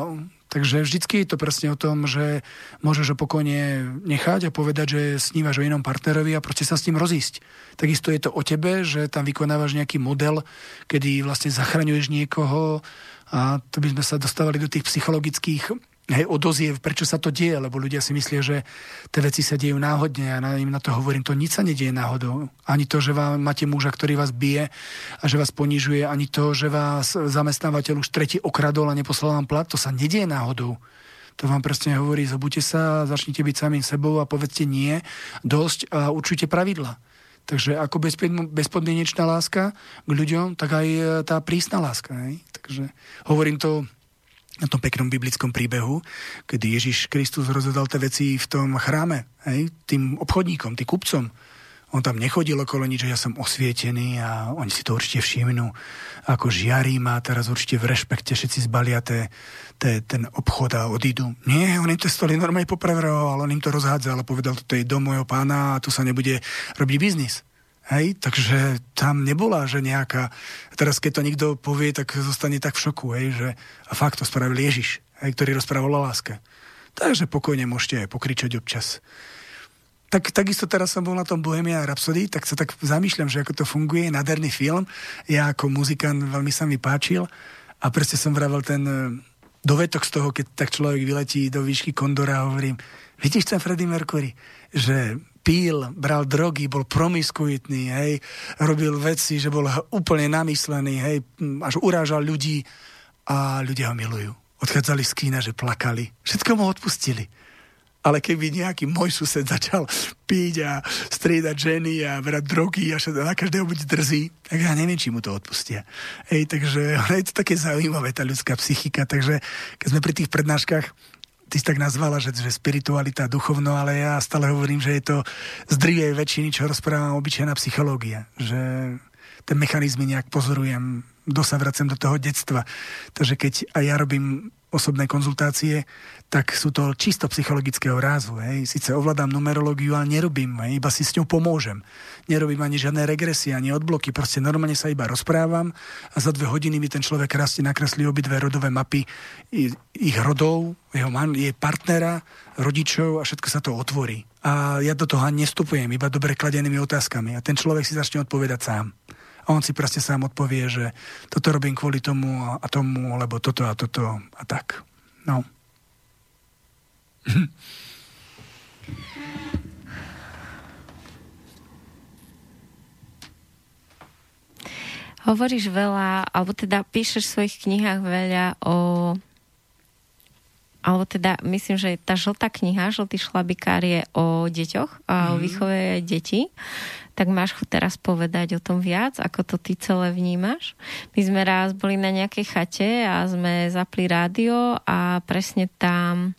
takže vždycky je to presne o tom, že môžeš ho pokojne nechať a povedať, že snívaš o inom partnerovi a proste sa s tým rozísť. Takisto je to o tebe, že tam vykonávaš nejaký model, kedy vlastne zachraňuješ niekoho a to by sme sa dostávali do tých psychologických odoziev, prečo sa to deje, lebo ľudia si myslia, že tie veci sa dejú náhodne a im na to hovorím, to nič sa nedieje náhodou. Ani to, že máte muža, ktorý vás bije a že vás ponižuje, ani to, že vás zamestnávateľ už tretí okradol a neposlal vám plat, to sa nedieje náhodou. To vám presne hovorí, zobudte sa, začnite byť samým sebou a povedzte nie, dosť a určite pravidla. Takže ako bezpodmienečná láska k ľuďom, tak aj tá prísna láska. Hej? Takže hovorím to na tom peknom biblickom príbehu, kedy Ježiš Kristus rozhodal tie veci v tom chráme, hej? Tým obchodníkom, tým kupcom. On tam nechodil okolo nič, že ja som osvietený a oni si to určite všimnú, ako žiarím a teraz určite v rešpekte všetci zbalia ten obchod a odídu. Nie, on im to stoli normálne popreveroval, on im to rozhádzal a povedal, toto je dom môjho pána a tu sa nebude robiť biznis. Hej, takže tam nebola, že nejaká... Teraz keď to niekto povie, tak zostane tak v šoku, hej, že a fakt to spravil Ježiš, hej, ktorý rozprával o láske. Takže pokojne môžete aj pokričať občas. Takisto teraz som bol na tom Bohemian Rhapsody, tak sa tak zamýšľam, že ako to funguje, nádherný film. Ja ako muzikant veľmi sa mi páčil a presne som vravel ten dovetok z toho, keď tak človek vyletí do výšky Kondora a hovorím, vidíš ten Freddie Mercury, že pil, bral drogy, bol promiskuitný, hej, robil veci, že bol úplne namyslený, hej, až urážal ľudí a ľudia ho milujú. Odchádzali z kína, že plakali. Všetko mu odpustili. Ale keby nejaký môj sused začal piť a striedať ženy a brať drogy a na každého buď drzí, tak ja neviem, či mu to odpustia. Hej, takže je to také zaujímavé, tá ľudská psychika. Takže keď sme pri tých prednáškach, ty si tak nazvala, že spiritualita, duchovno, ale ja stále hovorím, že je to z drvivej väčšiny, čo rozprávam, obyčajná psychológia. Že ten mechanizmy nejak pozorujem, sa vracem do toho detstva. Takže keď aj ja robím osobné konzultácie, tak sú to čisto psychologického rázu. Hej. Sice ovládam numerológiu, ale nerobím, hej, iba si s ňou pomôžem. Nerobím ani žiadne regresie, ani odbloky, proste normálne sa iba rozprávam a za 2 hodiny mi ten človek krásne nakreslí obidve rodové mapy ich rodov, jej partnera, rodičov a všetko sa to otvorí. A ja do toho ani nestupujem, iba dobre kladenými otázkami a ten človek si začne odpovedať sám. A on si proste sám odpovie, že toto robím kvôli tomu a tomu, lebo toto a toto a tak. No. Hovoríš veľa, alebo teda píšeš v svojich knihách veľa alebo teda myslím, že tá žltá kniha, Žltý šlabikár je o deťoch a o výchove detí. Tak máš chuť teraz povedať o tom viac, ako to ty celé vnímaš? My sme raz boli na nejakej chate a sme zapli rádio a presne tam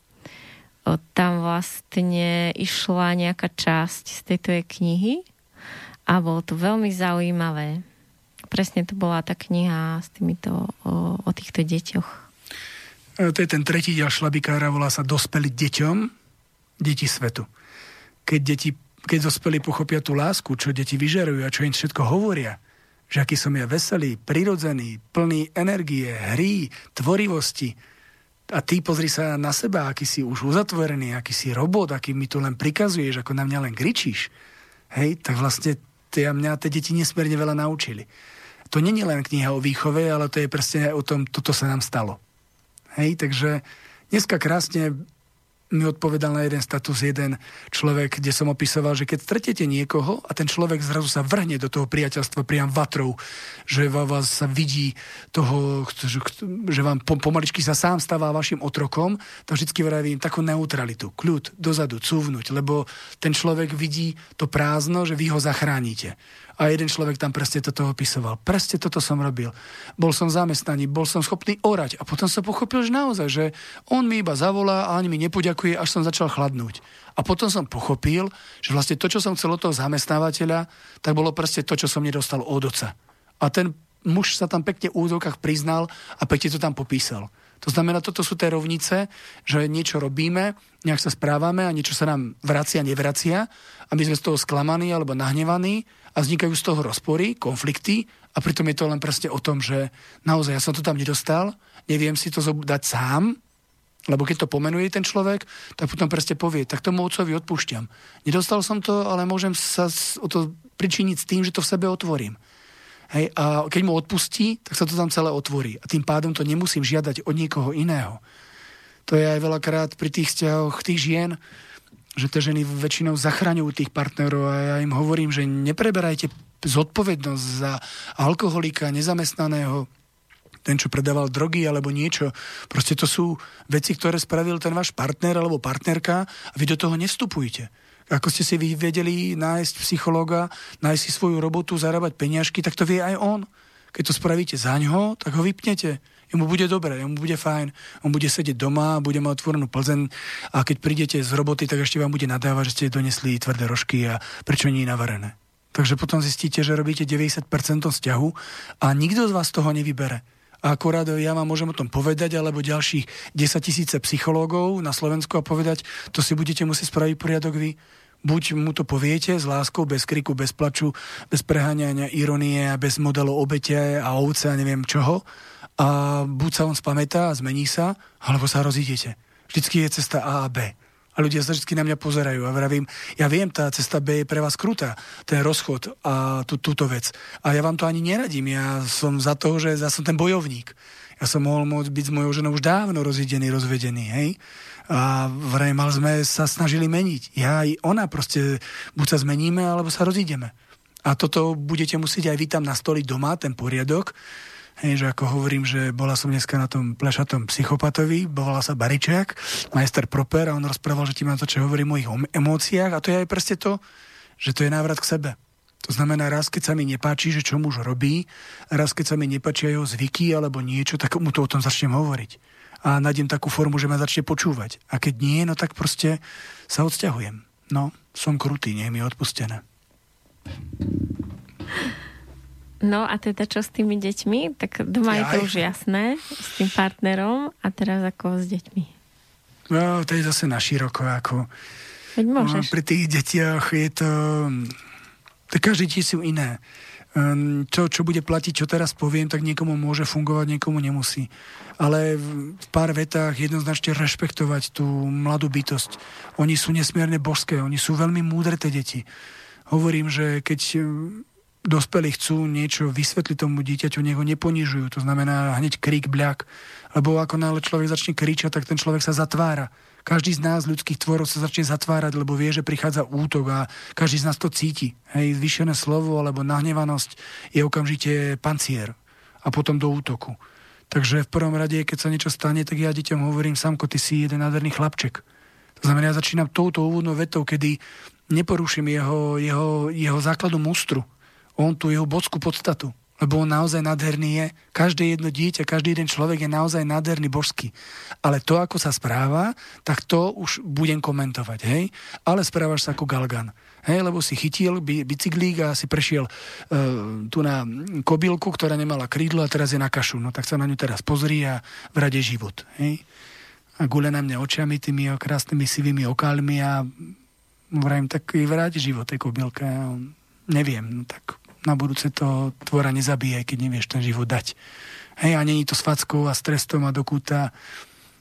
vlastne išla nejaká časť z tejto knihy a bolo to veľmi zaujímavé. Presne to bola tá kniha s týmito o týchto deťoch. To je ten tretí diel Šlabikára, volá sa Dospeli deťom, deti svetu. Keď dospelí pochopia tú lásku, čo deti vyžarujú a čo im všetko hovoria, že aký som ja veselý, prirodzený, plný energie, hry, tvorivosti, A ty pozri sa na seba, aký si už uzatvorený, aký si robot, aký mi tu len prikazuješ, ako na mňa len kričíš. Hej, tak vlastne mňa tie deti nesmierne veľa naučili. To nie je len kniha o výchove, ale to je presne o tom, toto sa nám stalo. Hej, takže dneska krásne mi odpovedal na jeden status jeden človek, kde som opisoval, že keď stretnete niekoho a ten človek zrazu sa vrhne do toho priateľstva priam vatrou, že vás sa vidí toho, že vám pomaličky sa sám stáva vašim otrokom, tak vždycky vravím takú neutralitu, kľud, dozadu, cúvnuť, lebo ten človek vidí to prázdno, že vy ho zachránite. A jeden človek tam presne toto opisoval. Presne toto som robil. Bol som zamestnaný, bol som schopný orať. A potom som pochopil, že naozaj, že on mi iba zavolá a ani mi nepoďakuje, až som začal chladnúť. A potom som pochopil, že vlastne to, čo som chcel od toho zamestnávateľa, tak bolo presne to, čo som nedostal od oca. A ten muž sa tam pekne v úvodovkách priznal a pekne to tam popísal. To znamená, toto sú tie rovnice, že niečo robíme, nejak sa správame a niečo sa nám vracia, nevracia a my sme z toho sklamaní alebo nahnevaní a vznikajú z toho rozpory, konflikty a pritom je to len presne o tom, že naozaj ja som to tam nedostal, neviem si to dať sám, lebo keď to pomenuje ten človek, tak potom presne povie, tak tomu otcovi odpúšťam. Nedostal som to, ale môžem sa o to pričiniť s tým, že to v sebe otvorím. Hej, a keď mu odpustí, tak sa to tam celé otvorí. A tým pádom to nemusím žiadať od niekoho iného. To je aj veľakrát pri tých vzťahoch tých žien, že tie ženy väčšinou zachraňujú tých partnerov a ja im hovorím, že nepreberajte zodpovednosť za alkoholika, nezamestnaného, ten, čo predával drogy alebo niečo. Proste to sú veci, ktoré spravil ten váš partner alebo partnerka a vy do toho nevstupujte. Ako ste si vy vedeli nájsť psychológa, nájsť si svoju robotu, zarábať peniažky, tak to vie aj on. Keď to spravíte zaňho, tak ho vypnete. Jemu bude dobre, jemu bude fajn. On bude sedieť doma, bude mať otvorenú plzeň a keď prídete z roboty, tak ešte vám bude nadávať, že ste donesli tvrdé rožky a prečo nie je navarené. Takže potom zistíte, že robíte 90% vzťahu a nikto z vás toho nevybere. A akorát ja vám môžem o tom povedať, alebo ďalších 10 000 psychológov na Slovensku a povedať, to si budete musieť spraviť poriadok vy. Buď mu to poviete s láskou, bez kriku, bez plaču, bez preháňania ironie a bez modelu obete a ovce a neviem čoho. A buď sa on spamätá a zmení sa, alebo sa rozídete. Vždycky je cesta A a B. A ľudia sa vždy na mňa pozerajú a vravím, ja viem, tá cesta B je pre vás krutá, ten rozchod a túto vec. A ja vám to ani neradím, ja som za to, že ja som ten bojovník. Ja som mohol môcť byť s mojou ženou už dávno rozvedený, hej. A vraj sme sa snažili meniť. Ja aj ona proste, buď sa zmeníme, alebo sa rozídeme. A toto budete musieť aj vy tam nastoliť doma, ten poriadok. Hej, že ako hovorím, že bola som dneska na tom plešatom psychopatovi, volal sa Baričák, majster Proper a on rozprával, že ti mám to, čo hovorím o mojich emóciách a to je aj presne to, že to je návrat k sebe. To znamená, raz keď sa mi nepáči, že čo muž robí, raz keď sa mi nepáčia jeho zvyky alebo niečo, tak mu to o tom začnem hovoriť. A nájdem takú formu, že ma začne počúvať. A keď nie, no tak proste sa odsťahujem. No, som krutý, nie je mi odpustené. No a teda čo s tými deťmi? Tak doma je to už jasné, s tým partnerom a teraz ako s deťmi? No, to je zase naširoko, ako... Veď môžeš. No, pri tých deťoch je to... Tak každé deti sú iné. Čo bude platiť, čo teraz poviem, tak niekomu môže fungovať, niekomu nemusí. Ale v pár vetách jednoznačne rešpektovať tú mladú bytosť. Oni sú nesmierne božské, oni sú veľmi múdre, tie deti. Hovorím, že keď dospelí chcú niečo vysvetliť tomu dieťaťu, nech ho neponižujú. To znamená hneď krík, bľak. Lebo ako náhle človek začne kričať, tak ten človek sa zatvára. Každý z nás, ľudských tvorov, sa začne zatvárať, lebo vie, že prichádza útok a každý z nás to cíti. Hej, zvýšené slovo alebo nahnevanosť je okamžite pancier a potom do útoku. Takže v prvom rade, keď sa niečo stane, tak ja deťom hovorím, Samko, ty si jeden nádherný chlapček. To znamená, ja začínam touto úvodnou vetou, kedy neporuším jeho základnú mustru. On tú jeho bodskú podstatu. Lebo on naozaj nádherný je. Každé jedno dieťa, každý jeden človek je naozaj nádherný, božský. Ale to, ako sa správa, tak to už budem komentovať, hej? Ale správaš sa ako galgan. Hej, lebo si chytil bicyklík a si prešiel tu na kobylku, ktorá nemala krídlo a teraz je na kašu. No tak sa na ňu teraz pozri a vrade život, hej? A gule na mňa očami, tými krásnymi sivými okálmi a vrajím, tak vráť život tej kobylke. Neviem, no tak na budúce to tvora nezabíjaj, keď nevieš ten život dať. Hej, a není to s fackou a s trestom a do kúta.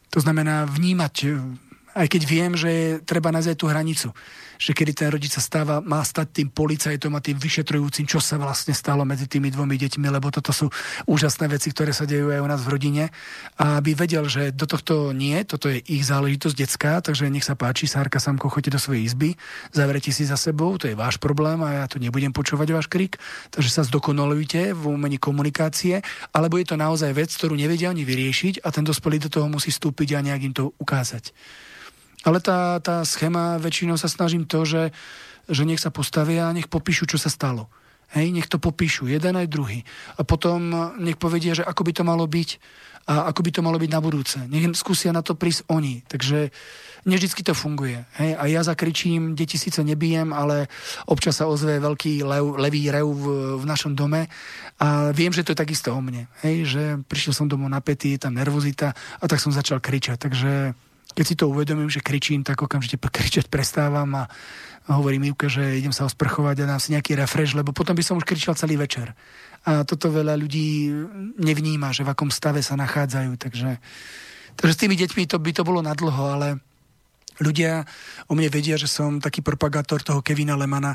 To znamená vnímať, aj keď viem, že treba nájsť aj tú hranicu. Že kedy ten rodič sa stáva, má stať tým policajtom a tým vyšetrujúcim, čo sa vlastne stalo medzi tými dvomi deťmi, lebo toto sú úžasné veci, ktoré sa dejú aj u nás v rodine. A aby vedel, že do tohto nie, toto je ich záležitosť detská, takže nech sa páči, Sárka, Samko, choďte do svojej izby, zavrete si za sebou, to je váš problém a ja tu nebudem počúvať váš krik, takže sa zdokonalujte v umení komunikácie, alebo je to naozaj vec, ktorú nevedia oni vyriešiť a ten dospelý do toho musí vstúpiť a nejak im to ukázať. Ale tá schéma, väčšinou sa snažím to, že nech sa postavia a nech popíšu, čo sa stalo. Hej, nech to popíšu, jeden aj druhý. A potom nech povedia, že ako by to malo byť a ako by to malo byť na budúce. Nech skúsia na to prísť oni. Takže nevždycky to funguje. Hej, a ja zakričím, deti síce nebijem, ale občas sa ozve veľký levý rev v našom dome a viem, že to je takisto o mne. Hej, že prišiel som domov napätý, je tam nervozita a tak som začal kričať. Takže keď si to uvedomím, že kričím, tak okamžite kričať prestávam a hovorím Ivke, že idem sa osprchovať a dám si nejaký refresh, lebo potom by som už kričal celý večer. A toto veľa ľudí nevníma, že v akom stave sa nachádzajú. Takže s tými deťmi by to bolo nadlho, ale ľudia o mne vedia, že som taký propagátor toho Kevina Lemana,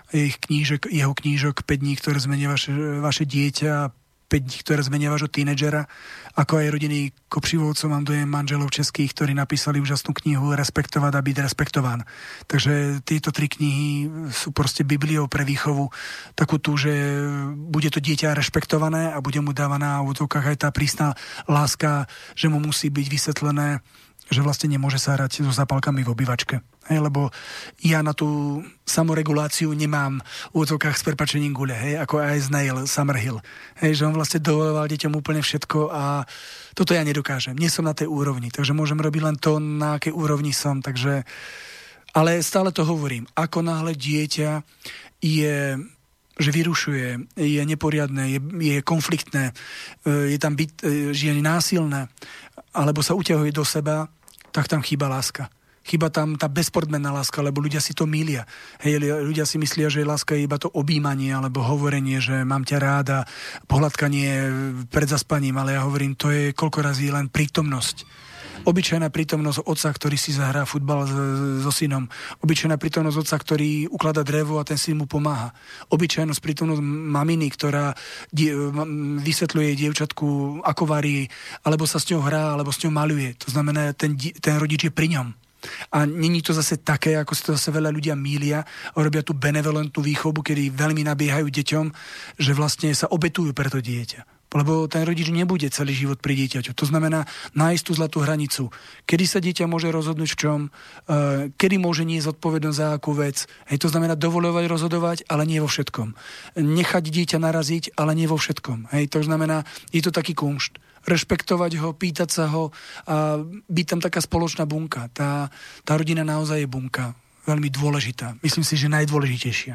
jeho knížok 5 dní, ktoré zmenia vaše dieťa, 5 dní, ktoré zmenia vášho tínedžera, ako aj rodiny Kopřivovcov, mám dojem manželov českých, ktorí napísali úžasnú knihu Respektovať a byť respektován. Takže tieto 3 knihy sú proste Bibliou pre výchovu takú tú, že bude to dieťa rešpektované a bude mu dávaná v útovkách aj tá prísna láska, že mu musí byť vysvetlené, že vlastne nemôže sa hrať so zápalkami v obývačke. Hej, lebo ja na tú samoreguláciu nemám v úvodzovkách s prepáčením gule, hej, ako aj Snail, Summerhill. Hej, že on vlastne dovoloval deťom úplne všetko a toto ja nedokážem. Nie som na tej úrovni, takže môžem robiť len to, na akej úrovni som, takže... Ale stále to hovorím. Ako náhle dieťa že vyrušuje, je neporiadne, je konfliktné, je tam že je násilné, alebo sa uťahuje do seba, tak tam chýba láska. Chýba tam tá bezpodmenná láska, lebo ľudia si to mýlia. Hej, ľudia si myslia, že láska je iba to objímanie alebo hovorenie, že mám ťa ráda, pohľadkanie pred zaspaním, ale ja hovorím, to je koľko razy len prítomnosť. Obyčajná prítomnosť otca, ktorý si zahrá futbal so synom. Obyčajná prítomnosť otca, ktorý ukladá drevo a ten syn mu pomáha. Obyčajná prítomnosť maminy, ktorá vysvetľuje dievčatku, ako varí, alebo sa s ňou hrá, alebo s ňou maľuje. To znamená, ten rodič je pri ňom. A není to zase také, ako si to zase veľa ľudia mýlia a robia tú benevolentnú výchovu, kedy veľmi nabiehajú deťom, že vlastne sa obetujú pre to dieťa. Lebo ten rodič nebude celý život pri dieťaťu. To znamená nájsť tú zlatú hranicu. Kedy sa dieťa môže rozhodnúť v čom, kedy môže niesť zodpovednosť za akú vec. Hej, to znamená dovoľovať rozhodovať, ale nie vo všetkom. Nechať dieťa naraziť, ale nie vo všetkom. Hej, to znamená, je to taký kumšt. Rešpektovať ho, pýtať sa ho a byť tam taká spoločná bunka. Tá rodina naozaj je bunka. Veľmi dôležitá. Myslím si, že najdôležitejšia.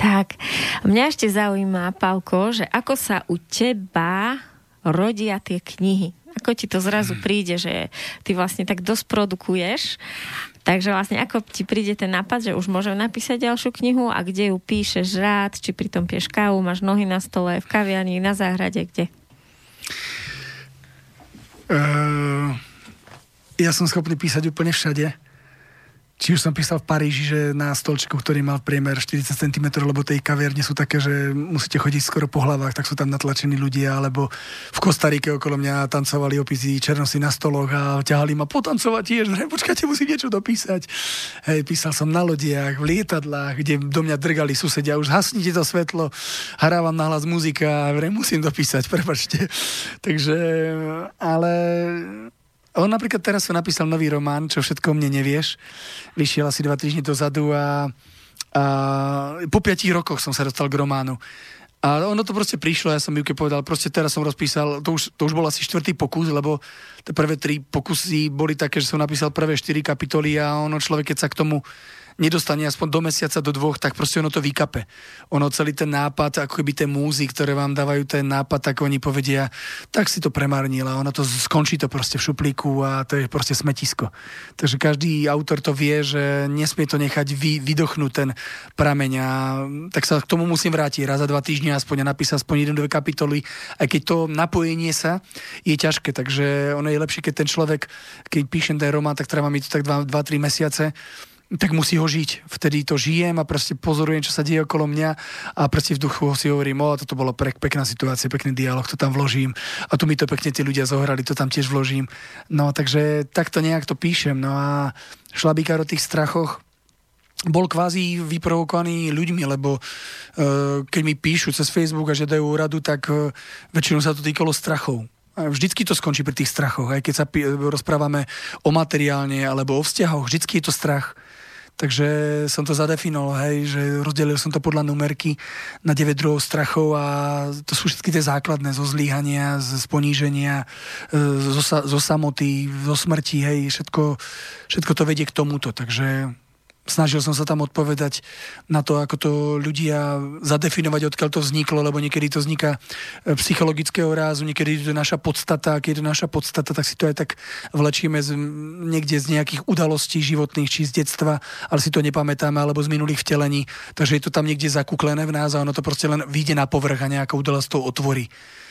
Tak, mňa ešte zaujíma, Pavko, že ako sa u teba rodia tie knihy. Ako ti to zrazu príde, že ty vlastne tak dosť produkuješ, takže vlastne ako ti príde ten nápad, že už môžem napísať ďalšiu knihu a kde ju píšeš rád, či pritom piješ kávu, máš nohy na stole, v kaviarni, na záhrade, kde? Ja som schopný písať úplne všade. Či už som písal v Paríži, že na stolčeku, ktorý mal priemer 40 cm, lebo tej kaviarne sú také, že musíte chodiť skoro po hlavách, tak sú tam natlačení ľudia, alebo v Kostarike okolo mňa tancovali opici černosy na stoloch a ťahali ma potancovať tiež, že počkajte, musím niečo dopísať. Hej, písal som na lodiach, v lietadlách, kde do mňa drgali susedia, už hasnite to svetlo, hrávam nahlas muzika a musím dopísať, prepáčte. Takže, ale... On napríklad teraz som napísal nový román, čo všetko o mne nevieš. Vyšiel asi 2 týždne dozadu a po 5 rokoch som sa dostal k románu. A ono to proste prišlo, ja som Júke povedal, proste teraz som rozpísal, to už bol asi 4. pokus, lebo tie prvé 3 pokusy boli také, že som napísal prvé 4 kapitoly a ono človek, keď sa k tomu nedostane aspoň do mesiaca, do 2, tak proste ono to vykape. Ono celý ten nápad, ako keby tie múzy, ktoré vám dávajú ten nápad, tak oni povedia, tak si to premárnila, ono to skončí to proste v šuplíku a to je proste smetisko. Takže každý autor to vie, že nesmie to nechať vydochnúť ten prameň a tak sa k tomu musím vrátiť raz za 2 týždne aspoň a napísať aspoň 1-2 kapitoly, aj keď to napojenie sa je ťažké, takže ono je lepšie, keď ten človek, keď píšem ten román, tak trvá mi to tak 2-3 mesiace, tak musí ho žiť. Vtedy to žijem a proste pozorujem, čo sa deje okolo mňa a proste v duchu si hovorím, toto bolo pekná situácia, pekný dialog, to tam vložím a tu mi to pekne tí ľudia zohrali, to tam tiež vložím. No takže takto nejak to píšem. No a Šlabíkár o tých strachoch bol kvázi vyprovokovaný ľuďmi, lebo keď mi píšu cez Facebook a žiadajú radu, tak väčšinou sa to týkalo strachov. Vždycky to skončí pri tých strachoch, aj keď sa rozprávame o materiálne alebo o vzťahoch, vždycky je to strach. Takže som to zadefinoval, že rozdelil som to podľa numerky na 9 druhov strachov a to sú všetky tie základné, zo zlyhania, z poníženia, zo samoty, zo smrti, všetko to vedie k tomuto, takže snažil som sa tam odpovedať na to, ako to ľudia zadefinovať, odkiaľ to vzniklo, lebo niekedy to vzniká psychologického rázu, niekedy to je naša podstata, keď je to naša podstata, tak si to aj tak vlečíme niekde z nejakých udalostí životných, či z detstva, ale si to nepamätáme, alebo z minulých vtelení, takže je to tam niekde zakuklené v nás a ono to proste len vyjde na povrch a nejaká udalosť to otvorí.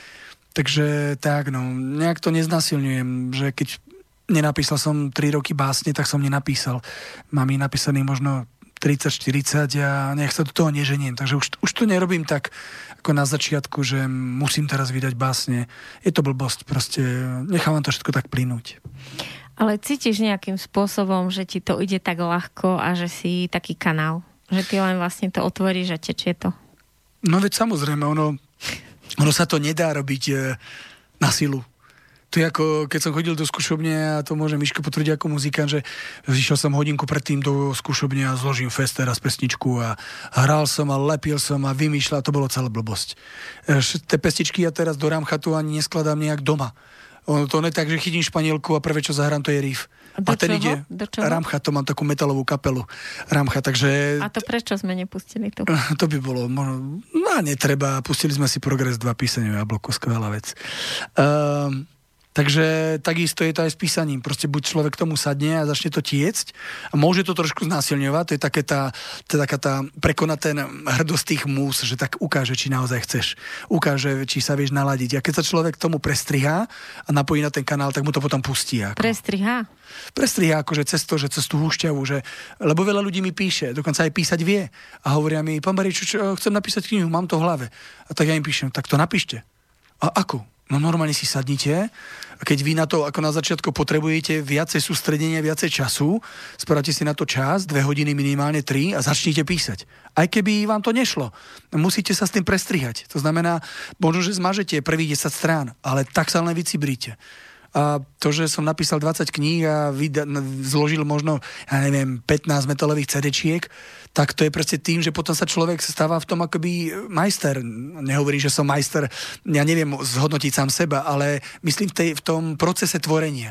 Takže tak, nejak to neznasilňujem, že keď nenapísal som 3 roky básne, tak som nenapísal. Mám ich napísaný možno 30-40 a nech sa do toho neženiem. Takže už to nerobím tak, ako na začiatku, že musím teraz vydať básne. Je to blbosť, proste nechávam to všetko tak plynúť. Ale cítiš nejakým spôsobom, že ti to ide tak ľahko a že si taký kanál? Že ty len vlastne to otvoríš a tečie to? No veď samozrejme, ono sa to nedá robiť na silu. To je ako, keď som chodil do skúšobne a to môže Miško potvrdiť ako muzikant, že išiel som hodinku predtým do skúšobne a zložím fest teraz pesničku a hral som a lepil som a vymýšľal, to bolo celá blbosť. Tie pestičky ja teraz do ramchatu ani neskladám nejak doma. To nie tak, že chytím španielku a prvé, čo zahrám, to je riff. A ten ide Ramcha, to mám takú metalovú kapelu Ramcha, takže... A to prečo sme nepustili tu? To by bolo, netreba, pustili sme si Progres 2 písenie Jablko, skvelá vec. Takže takisto je to aj s písaním. Proste buď človek k tomu sadne a začne to tiecť a môže to trošku znásilňovať. To je taká tá prekonať ten hrdosť tých mús, že tak ukáže, či naozaj chceš. Ukáže, či sa vieš naladiť. A keď sa človek tomu prestrihá a napojí na ten kanál, tak mu to potom pustí. Prestrihá? Prestrihá akože cez tú húšťavu, lebo veľa ľudí mi píše, dokonca aj písať vie. A hovoria mi, pán Barič, chcem napísať knihu, mám to v hlave. A tak ja im píšem, tak to napíšte. A ako? No normálne si sadnite a keď vy na to, ako na začiatku potrebujete viacej sústredenia, viacej času, spravte si na to čas, 2 hodiny minimálne 3 a začnite písať. Aj keby vám to nešlo, musíte sa s tým prestrihať. To znamená, možno, že zmažete prvých 10 strán, ale tak sa len vycibríte. A to, že som napísal 20 kníh a zložil možno, 15 metalových CD-čiek, tak to je proste tým, že potom sa človek stáva v tom akoby majster. Nehovorím, že som majster, ja neviem zhodnotiť sám seba, ale myslím v tom procese tvorenia.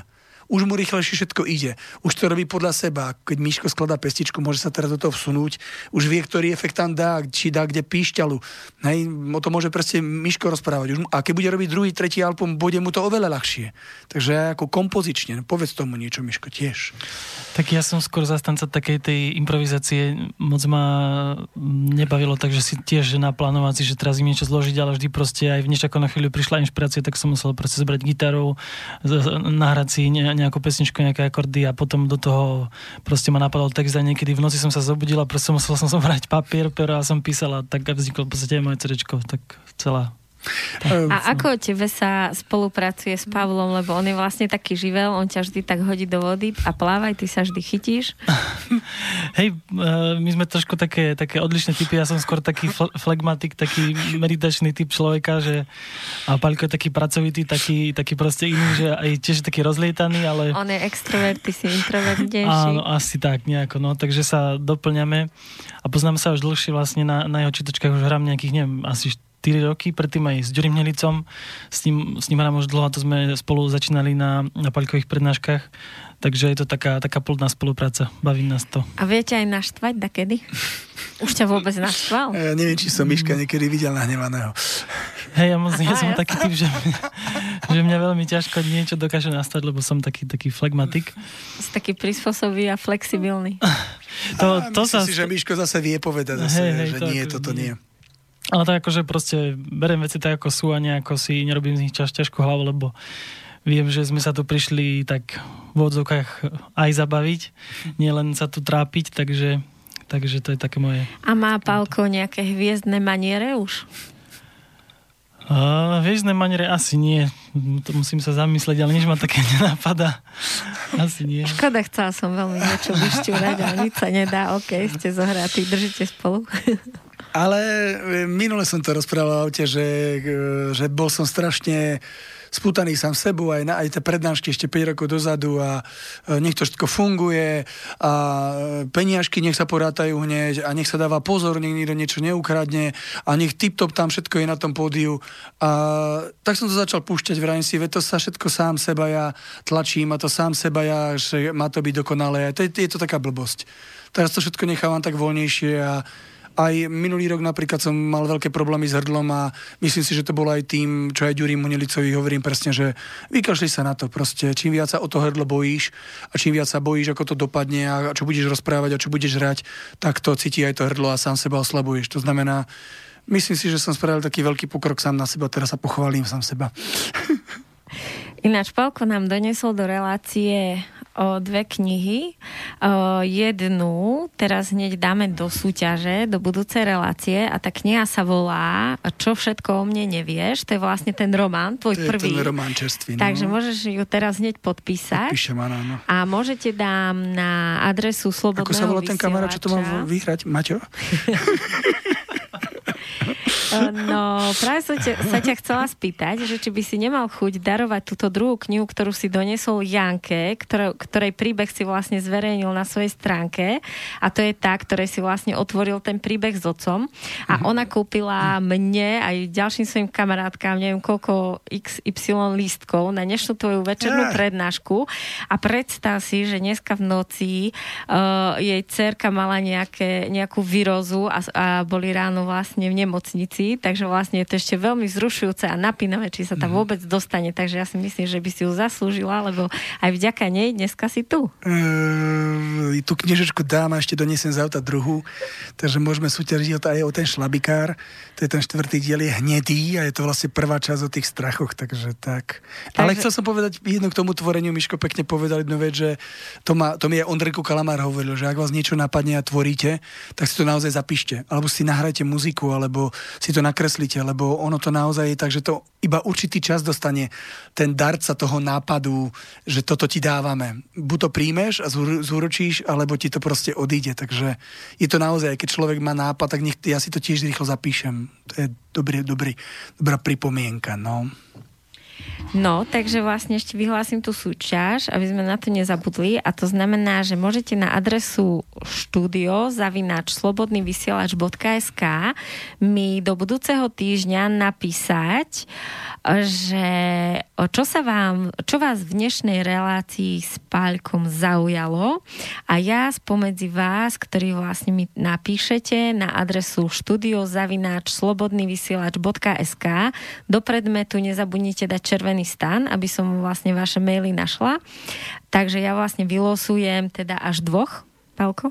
Už mu rýchlejšie všetko ide. Už to robí podľa seba. Keď Miško skladá pestičku, môže sa teraz do toho vsunúť. Už vie, ktorý efekt tam dá, či dá kde píšťalu. Hej, o to môže proste Miško rozprávať. A keď bude robiť druhý, tretí album, bude mu to oveľa ľahšie. Takže ako kompozične, povedz tomu niečo, Miško, tiež. Tak ja som skôr zastanca takej tej improvizácie. Moc ma nebavilo, takže si tiež naplánovať si, že teraz im niečo zložiť, ale vždy proste aj v ako na chvíľu prišla inšpirácia, tak som musel proste zobrať gitaru, nahrať si nejakú pesničku, nejaké akordy a potom do toho proste ma napadol text a niekedy v noci som sa zobudil a proste musel som zobrať papier, pero a som písal a tak vzniklo v podstate aj moje CDčko, tak celá. A ako tebe sa spolupracuje s Pavlom, lebo on je vlastne taký živel, on ťa vždy tak hodí do vody a plávaj, ty sa vždy chytíš? Hej, my sme trošku také odlišné typy, ja som skôr taký flegmatik, taký meditačný typ človeka, že a Paľko je taký pracovitý, taký proste iný, že aj tiež taký rozlietaný, ale... On je extrovert, ty si introvertnejší. Áno, asi tak nejako, no, takže sa doplňame a poznáme sa už dlhšie vlastne na jeho čítačkách, už hrám nejakých, neviem, asi 4 roky, predtým aj s Ďurim Hnelicom, s ním hrám už dlho, to sme spolu začínali na Paľkových prednáškach, takže je to taká plodná spolupráca, baví nás to. A viete aj naštvať dakedy? Už ťa vôbec naštval? Ja neviem, či som Miška niekedy videl nahnevaného. Hej, ja som taký typ, že mňa veľmi ťažko niečo dokáže nastať, lebo som taký flegmatik. Si taký prispôsobý a flexibilný. Myslím si, že Miško zase vie povedať, že nie, toto nie. Ale tak akože proste beriem veci tak, ako sú a nejako si nerobím z nich ťažkú hlavu, lebo viem, že sme sa tu prišli tak v odzvukách aj zabaviť, nielen sa tu trápiť, takže to je také moje. A má Pálko nejaké hviezdne maniere už? Hviezdne maniere asi nie. To musím sa zamyslieť, ale nič ma také nenapadá. Asi nie. Škoda, chcela som veľmi niečo vyšťúrať, ale nič sa nedá. OK, ste zohratí, držíte spolu. Ale minule som to rozprával v aute, že bol som strašne spútaný sám sebou, aj tie prednášky ešte 5 rokov dozadu a nech to všetko funguje a peniažky nech sa porátajú hneď a nech sa dáva pozor, nech nikto niečo neukradne a nech tip-top tam všetko je na tom pódiu. A tak som to začal púšťať v rámci, veď to sa všetko sám seba ja tlačím a to sám seba ja, že má to byť dokonalé. Je to taká blbosť. Teraz to všetko nechávam tak voľnejšie a aj minulý rok napríklad som mal veľké problémy s hrdlom a myslím si, že to bolo aj tým, čo aj Ďurimu Hnelicovi hovorím presne, že vykašli sa na to proste. Čím viac sa o to hrdlo bojíš a čím viac sa bojíš, ako to dopadne a čo budeš rozprávať a čo budeš hrať, tak to cíti aj to hrdlo a sám seba oslabuješ. To znamená, myslím si, že som spravil taký veľký pokrok sám na seba, teraz sa pochválím sám seba. Ináč Pálko nám donesol do relácie 2 knihy. Jednu teraz hneď dáme do súťaže, do budúcej relácie a tá kniha sa volá Čo všetko o mne nevieš. To je vlastne ten román, tvoj prvý. To je ten román čerstvý. Takže môžeš ju teraz hneď podpísať. Podpíšem, áno. A môžete dám na adresu Slobodného vysielača. Ako sa volá ten kamarát, čo to mám vyhrať? Maťo? No, práve sa ťa chcela spýtať, že či by si nemal chuť darovať túto druhú knihu, ktorú si donesol Janke, ktorej príbeh si vlastne zverejnil na svojej stránke a to je tá, ktorej si vlastne otvoril ten príbeh s otcom a ona kúpila mne aj ďalším svojim kamarátkám neviem koľko XY lístkov na dnešnú tvoju večernú prednášku a predstav si, že dneska v noci jej dcerka mala nejakú výrozu a boli ráno vlastne v nemocnici, takže vlastne je to ešte veľmi vzrušujúce a napínavé, či sa tam vôbec dostane, takže ja si myslím, že by si ju zaslúžila, lebo aj vďaka nej dneska si tu. Tú knižečku dám a ešte donesem z auta druhú, takže môžeme súťažiť aj o ten šlabikár, to je ten 4. diel, je hnedý a je to vlastne prvá časť o tých strachoch, takže tak. Ale chcel som povedať jedno k tomu tvoreniu, Miško pekne povedal jednu vec, že to mi aj Ondrejko Kalamár hovoril, že ak vás niečo napadne a tvoríte, tak si to naozaj zapíšte, alebo si nahrajte muziku, alebo si to nakreslíte, lebo ono to naozaj je tak, že to iba určitý čas dostane ten darca toho nápadu, že toto ti dávame. Buď to príjmeš a zúročíš, alebo ti to proste odíde. Takže je to naozaj, keď človek má nápad, tak ja si to tiež rýchlo zapíšem. To je dobrá pripomienka, no. No, takže vlastne ešte vyhlásim tú súťaž, aby sme na to nezabudli, a to znamená, že môžete na adresu studio@slobodnyvysielac.sk mi do budúceho týždňa napísať, že čo vás v dnešnej relácii s Paľkom zaujalo, a ja spomedzi vás, ktorí vlastne mi napíšete na adresu studio@slobodnyvysielac.sk do predmetu nezabudnite dať červený stan, aby som vlastne vaše maily našla. Takže ja vlastne vylosujem teda až 2, Paľko?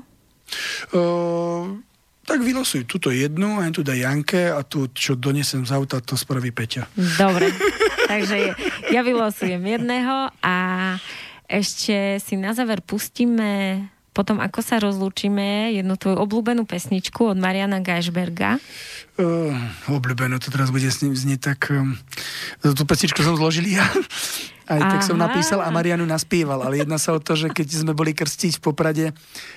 Tak vylosuj túto jednu, a tu daj Janke, a tu, čo donesem z auta, to spraví Peťa. Dobre, takže ja vylosujem jedného a ešte si na záver pustíme, potom ako sa rozlúčime, jednu tvoju obľúbenú pesničku od Mariana Geisberga. Obľúbenú, to teraz bude znieť tak... Tú pesničku som zložil ja. Aj tak som napísal a Marianu naspieval, ale jedná sa o to, že keď sme boli krstiť v Poprade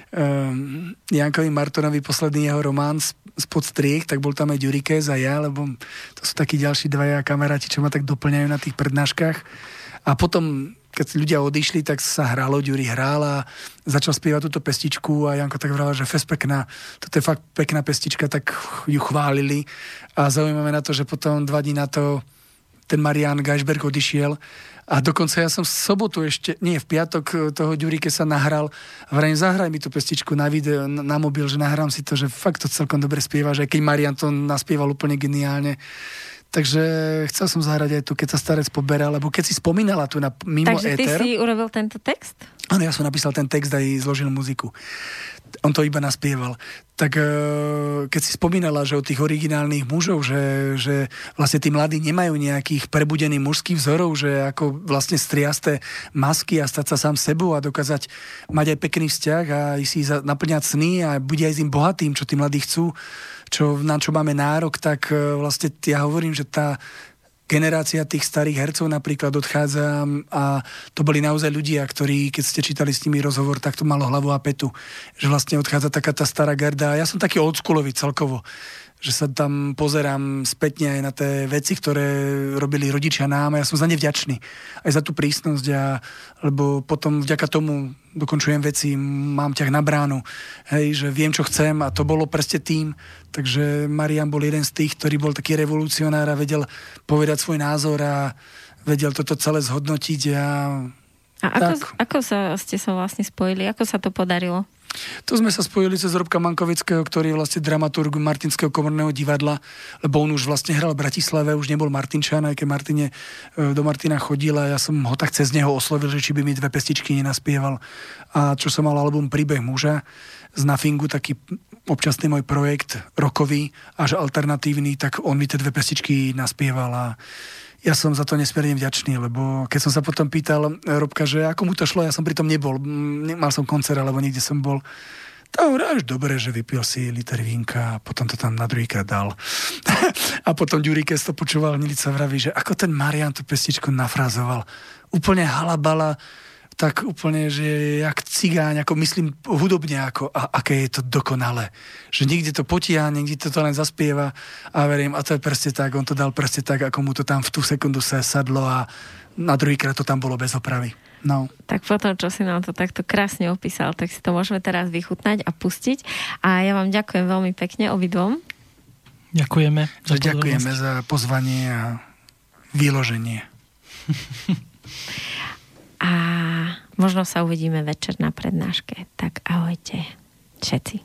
Jankovi Martonovi posledný jeho román Spod striech, tak bol tam aj Ďurikés a ja, lebo to sú takí ďalší dvaja kamaráti, čo ma tak doplňajú na tých prednáškach. A potom, keď ľudia odišli, tak sa hralo, Ďuri hral a začal spievať túto pestičku a Janko tak vravel, že fest pekná, toto je fakt pekná pestička, tak ju chválili a zaujímavé na to, že potom 2 dní na to ten Marian Geisberg odišiel a dokonca ja som v sobotu ešte, nie, v piatok toho Ďurike sa nahral a vrajím, zahraj mi tú pestičku na video, na mobil, že nahrám si to, že fakt to celkom dobre spieva, že keď Marian to naspieval úplne geniálne. Takže chcel som zahrať aj tu, keď sa starec poberá, lebo keď si spomínala tu na mimo takže éter... Takže ty si urobil tento text? Áno, ja som napísal ten text a zložil muziku. On to iba naspieval. Tak keď si spomínala, že od tých originálnych mužov, že vlastne tí mladí nemajú nejakých prebudených mužských vzorov, že ako vlastne striasté masky a stať sa sám sebou a dokázať mať aj pekný vzťah a si naplňať sny a byť aj tým bohatým, čo tí mladí chcú, na čo máme nárok, tak vlastne ja hovorím, že tá generácia tých starých hercov napríklad odchádza a to boli naozaj ľudia, ktorí, keď ste čítali s nimi rozhovor, tak to malo hlavu a petu. Že vlastne odchádza taká tá stará garda. Ja som taký oldschoolový celkovo, že sa tam pozerám spätne aj na tie veci, ktoré robili rodičia nám a ja som za ne vďačný. Aj za tú prísnosť, lebo potom vďaka tomu dokončujem veci, mám ťah na bránu, hej, že viem, čo chcem a to bolo presne tým. Takže Marian bol jeden z tých, ktorý bol taký revolucionár a vedel povedať svoj názor a vedel toto celé zhodnotiť. A ako ste sa vlastne spojili? Ako sa to podarilo? To sme sa spojili cez Robka Mankovického, ktorý je vlastne dramaturg Martinského komorného divadla, lebo on už vlastne hral v Bratislave, už nebol Martinčan, aj keď do Martina chodil a ja som ho tak cez neho oslovil, že či by mi 2 pestičky nenaspieval. A čo som mal album Príbeh muža z Nothingu, taký občasný môj projekt, rokový až alternatívny, tak on mi tie 2 pestičky naspieval a ja som za to nesmierne vďačný, lebo keď som sa potom pýtal Robka, že ako mu to šlo, ja som pri tom nebol, mal som koncert, alebo niekde som bol, to až dobre, že vypil si liter vínka a potom to tam na druhýkrát dal. A potom Ďurikés to počúval, hneď sa vraví, že ako ten Marian tú pestičku nafrázoval. Úplne halabala, tak úplne, že jak cigáň, ako myslím hudobne, ako a aké je to dokonalé. Že niekde to potiahne, niekde to len zaspieva a verím, a to je presne tak, on to dal presne tak, ako mu to tam v tú sekundu sa sadlo a na druhýkrát to tam bolo bez opravy. No. Tak potom, čo si nám to takto krásne opísal, tak si to môžeme teraz vychutnať a pustiť. A ja vám ďakujem veľmi pekne obidvom. Ďakujeme. Ďakujeme za pozvanie a vyloženie. A možno sa uvidíme večer na prednáške. Tak ahojte všetci.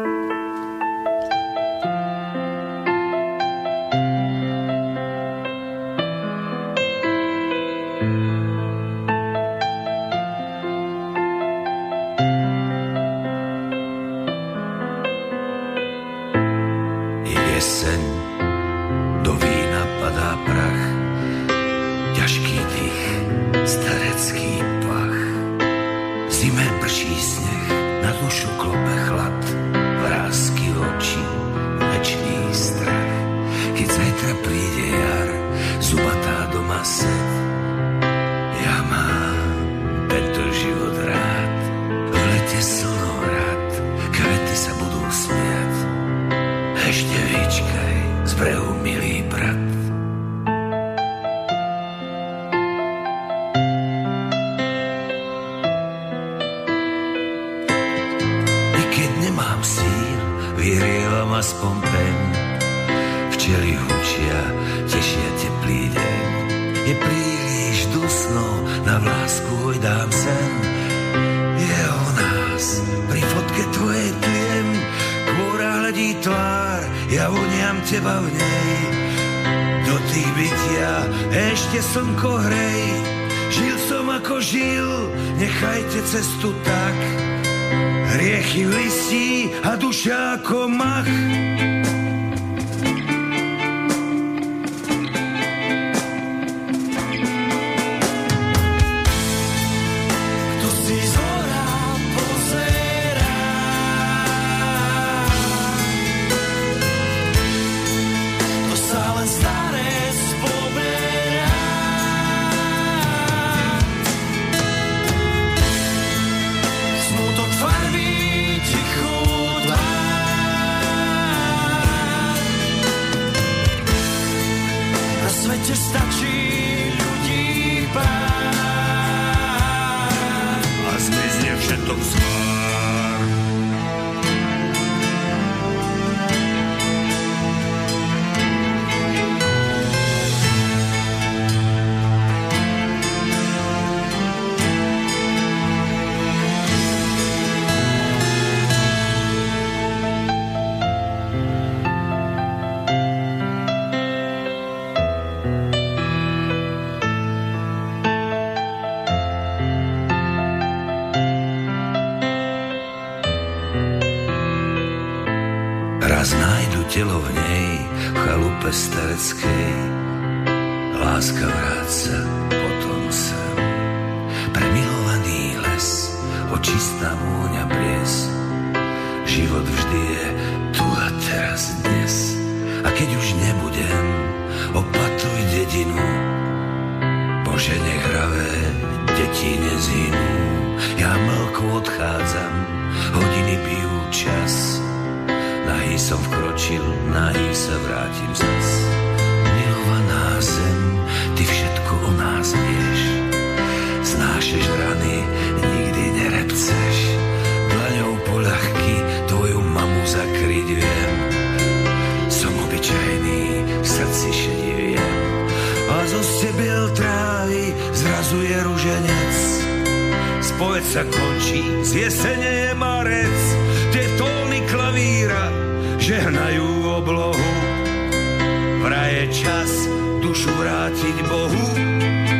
Jeseň, do vína padá prach, ťažký dých, starecký pach. Zime prší sneh, na dušu klope chlad, vrásky oči, večný strach. Keď zajtra príde jar, zubatá doma sed, ja mám tento život rád. V lete slnohrad, kvety sa budú smiať. Ešte vyčkaj, z brehu milý brat. aspoň peň. Včely hučia, tešia teplý deň. Je príliš dusno, na vlásku oj dám sen. Je o nás, pri fotke tvojej tliem. Kôra hledí tvár, ja voniam teba v nej. Do tých bytia ešte slnko hrej. Žil som ako žil, nechajte cestu tak. Hriechy v listí a duša ako mach. Telo v nej, v chalupe stareckej, láska vráca potom sem. Premilovaný les, očistá vôňa plies, život vždy je tu a teraz dnes. A keď už nebudem, opatruj dedinu, Bože, nech hravé deti nezhynú. Ja mlko odchádzam, hodiny bijú čas. Nahý som vkročil, nahý sa vrátim zas. Milovaná zem, ty všetko o nás vieš. Znášeš rany, nikdy nerepceš. Dlaňou poľahky tvoju mamu zakryť viem. Som obyčajný, v srdci šediviem. A zo stebiel trávy zrazu je ruženec. Spoveď sa končí, z jesene je marec. Tie tóny klavíra žehnajú oblohu. Vraj je čas dušu vrátiť Bohu.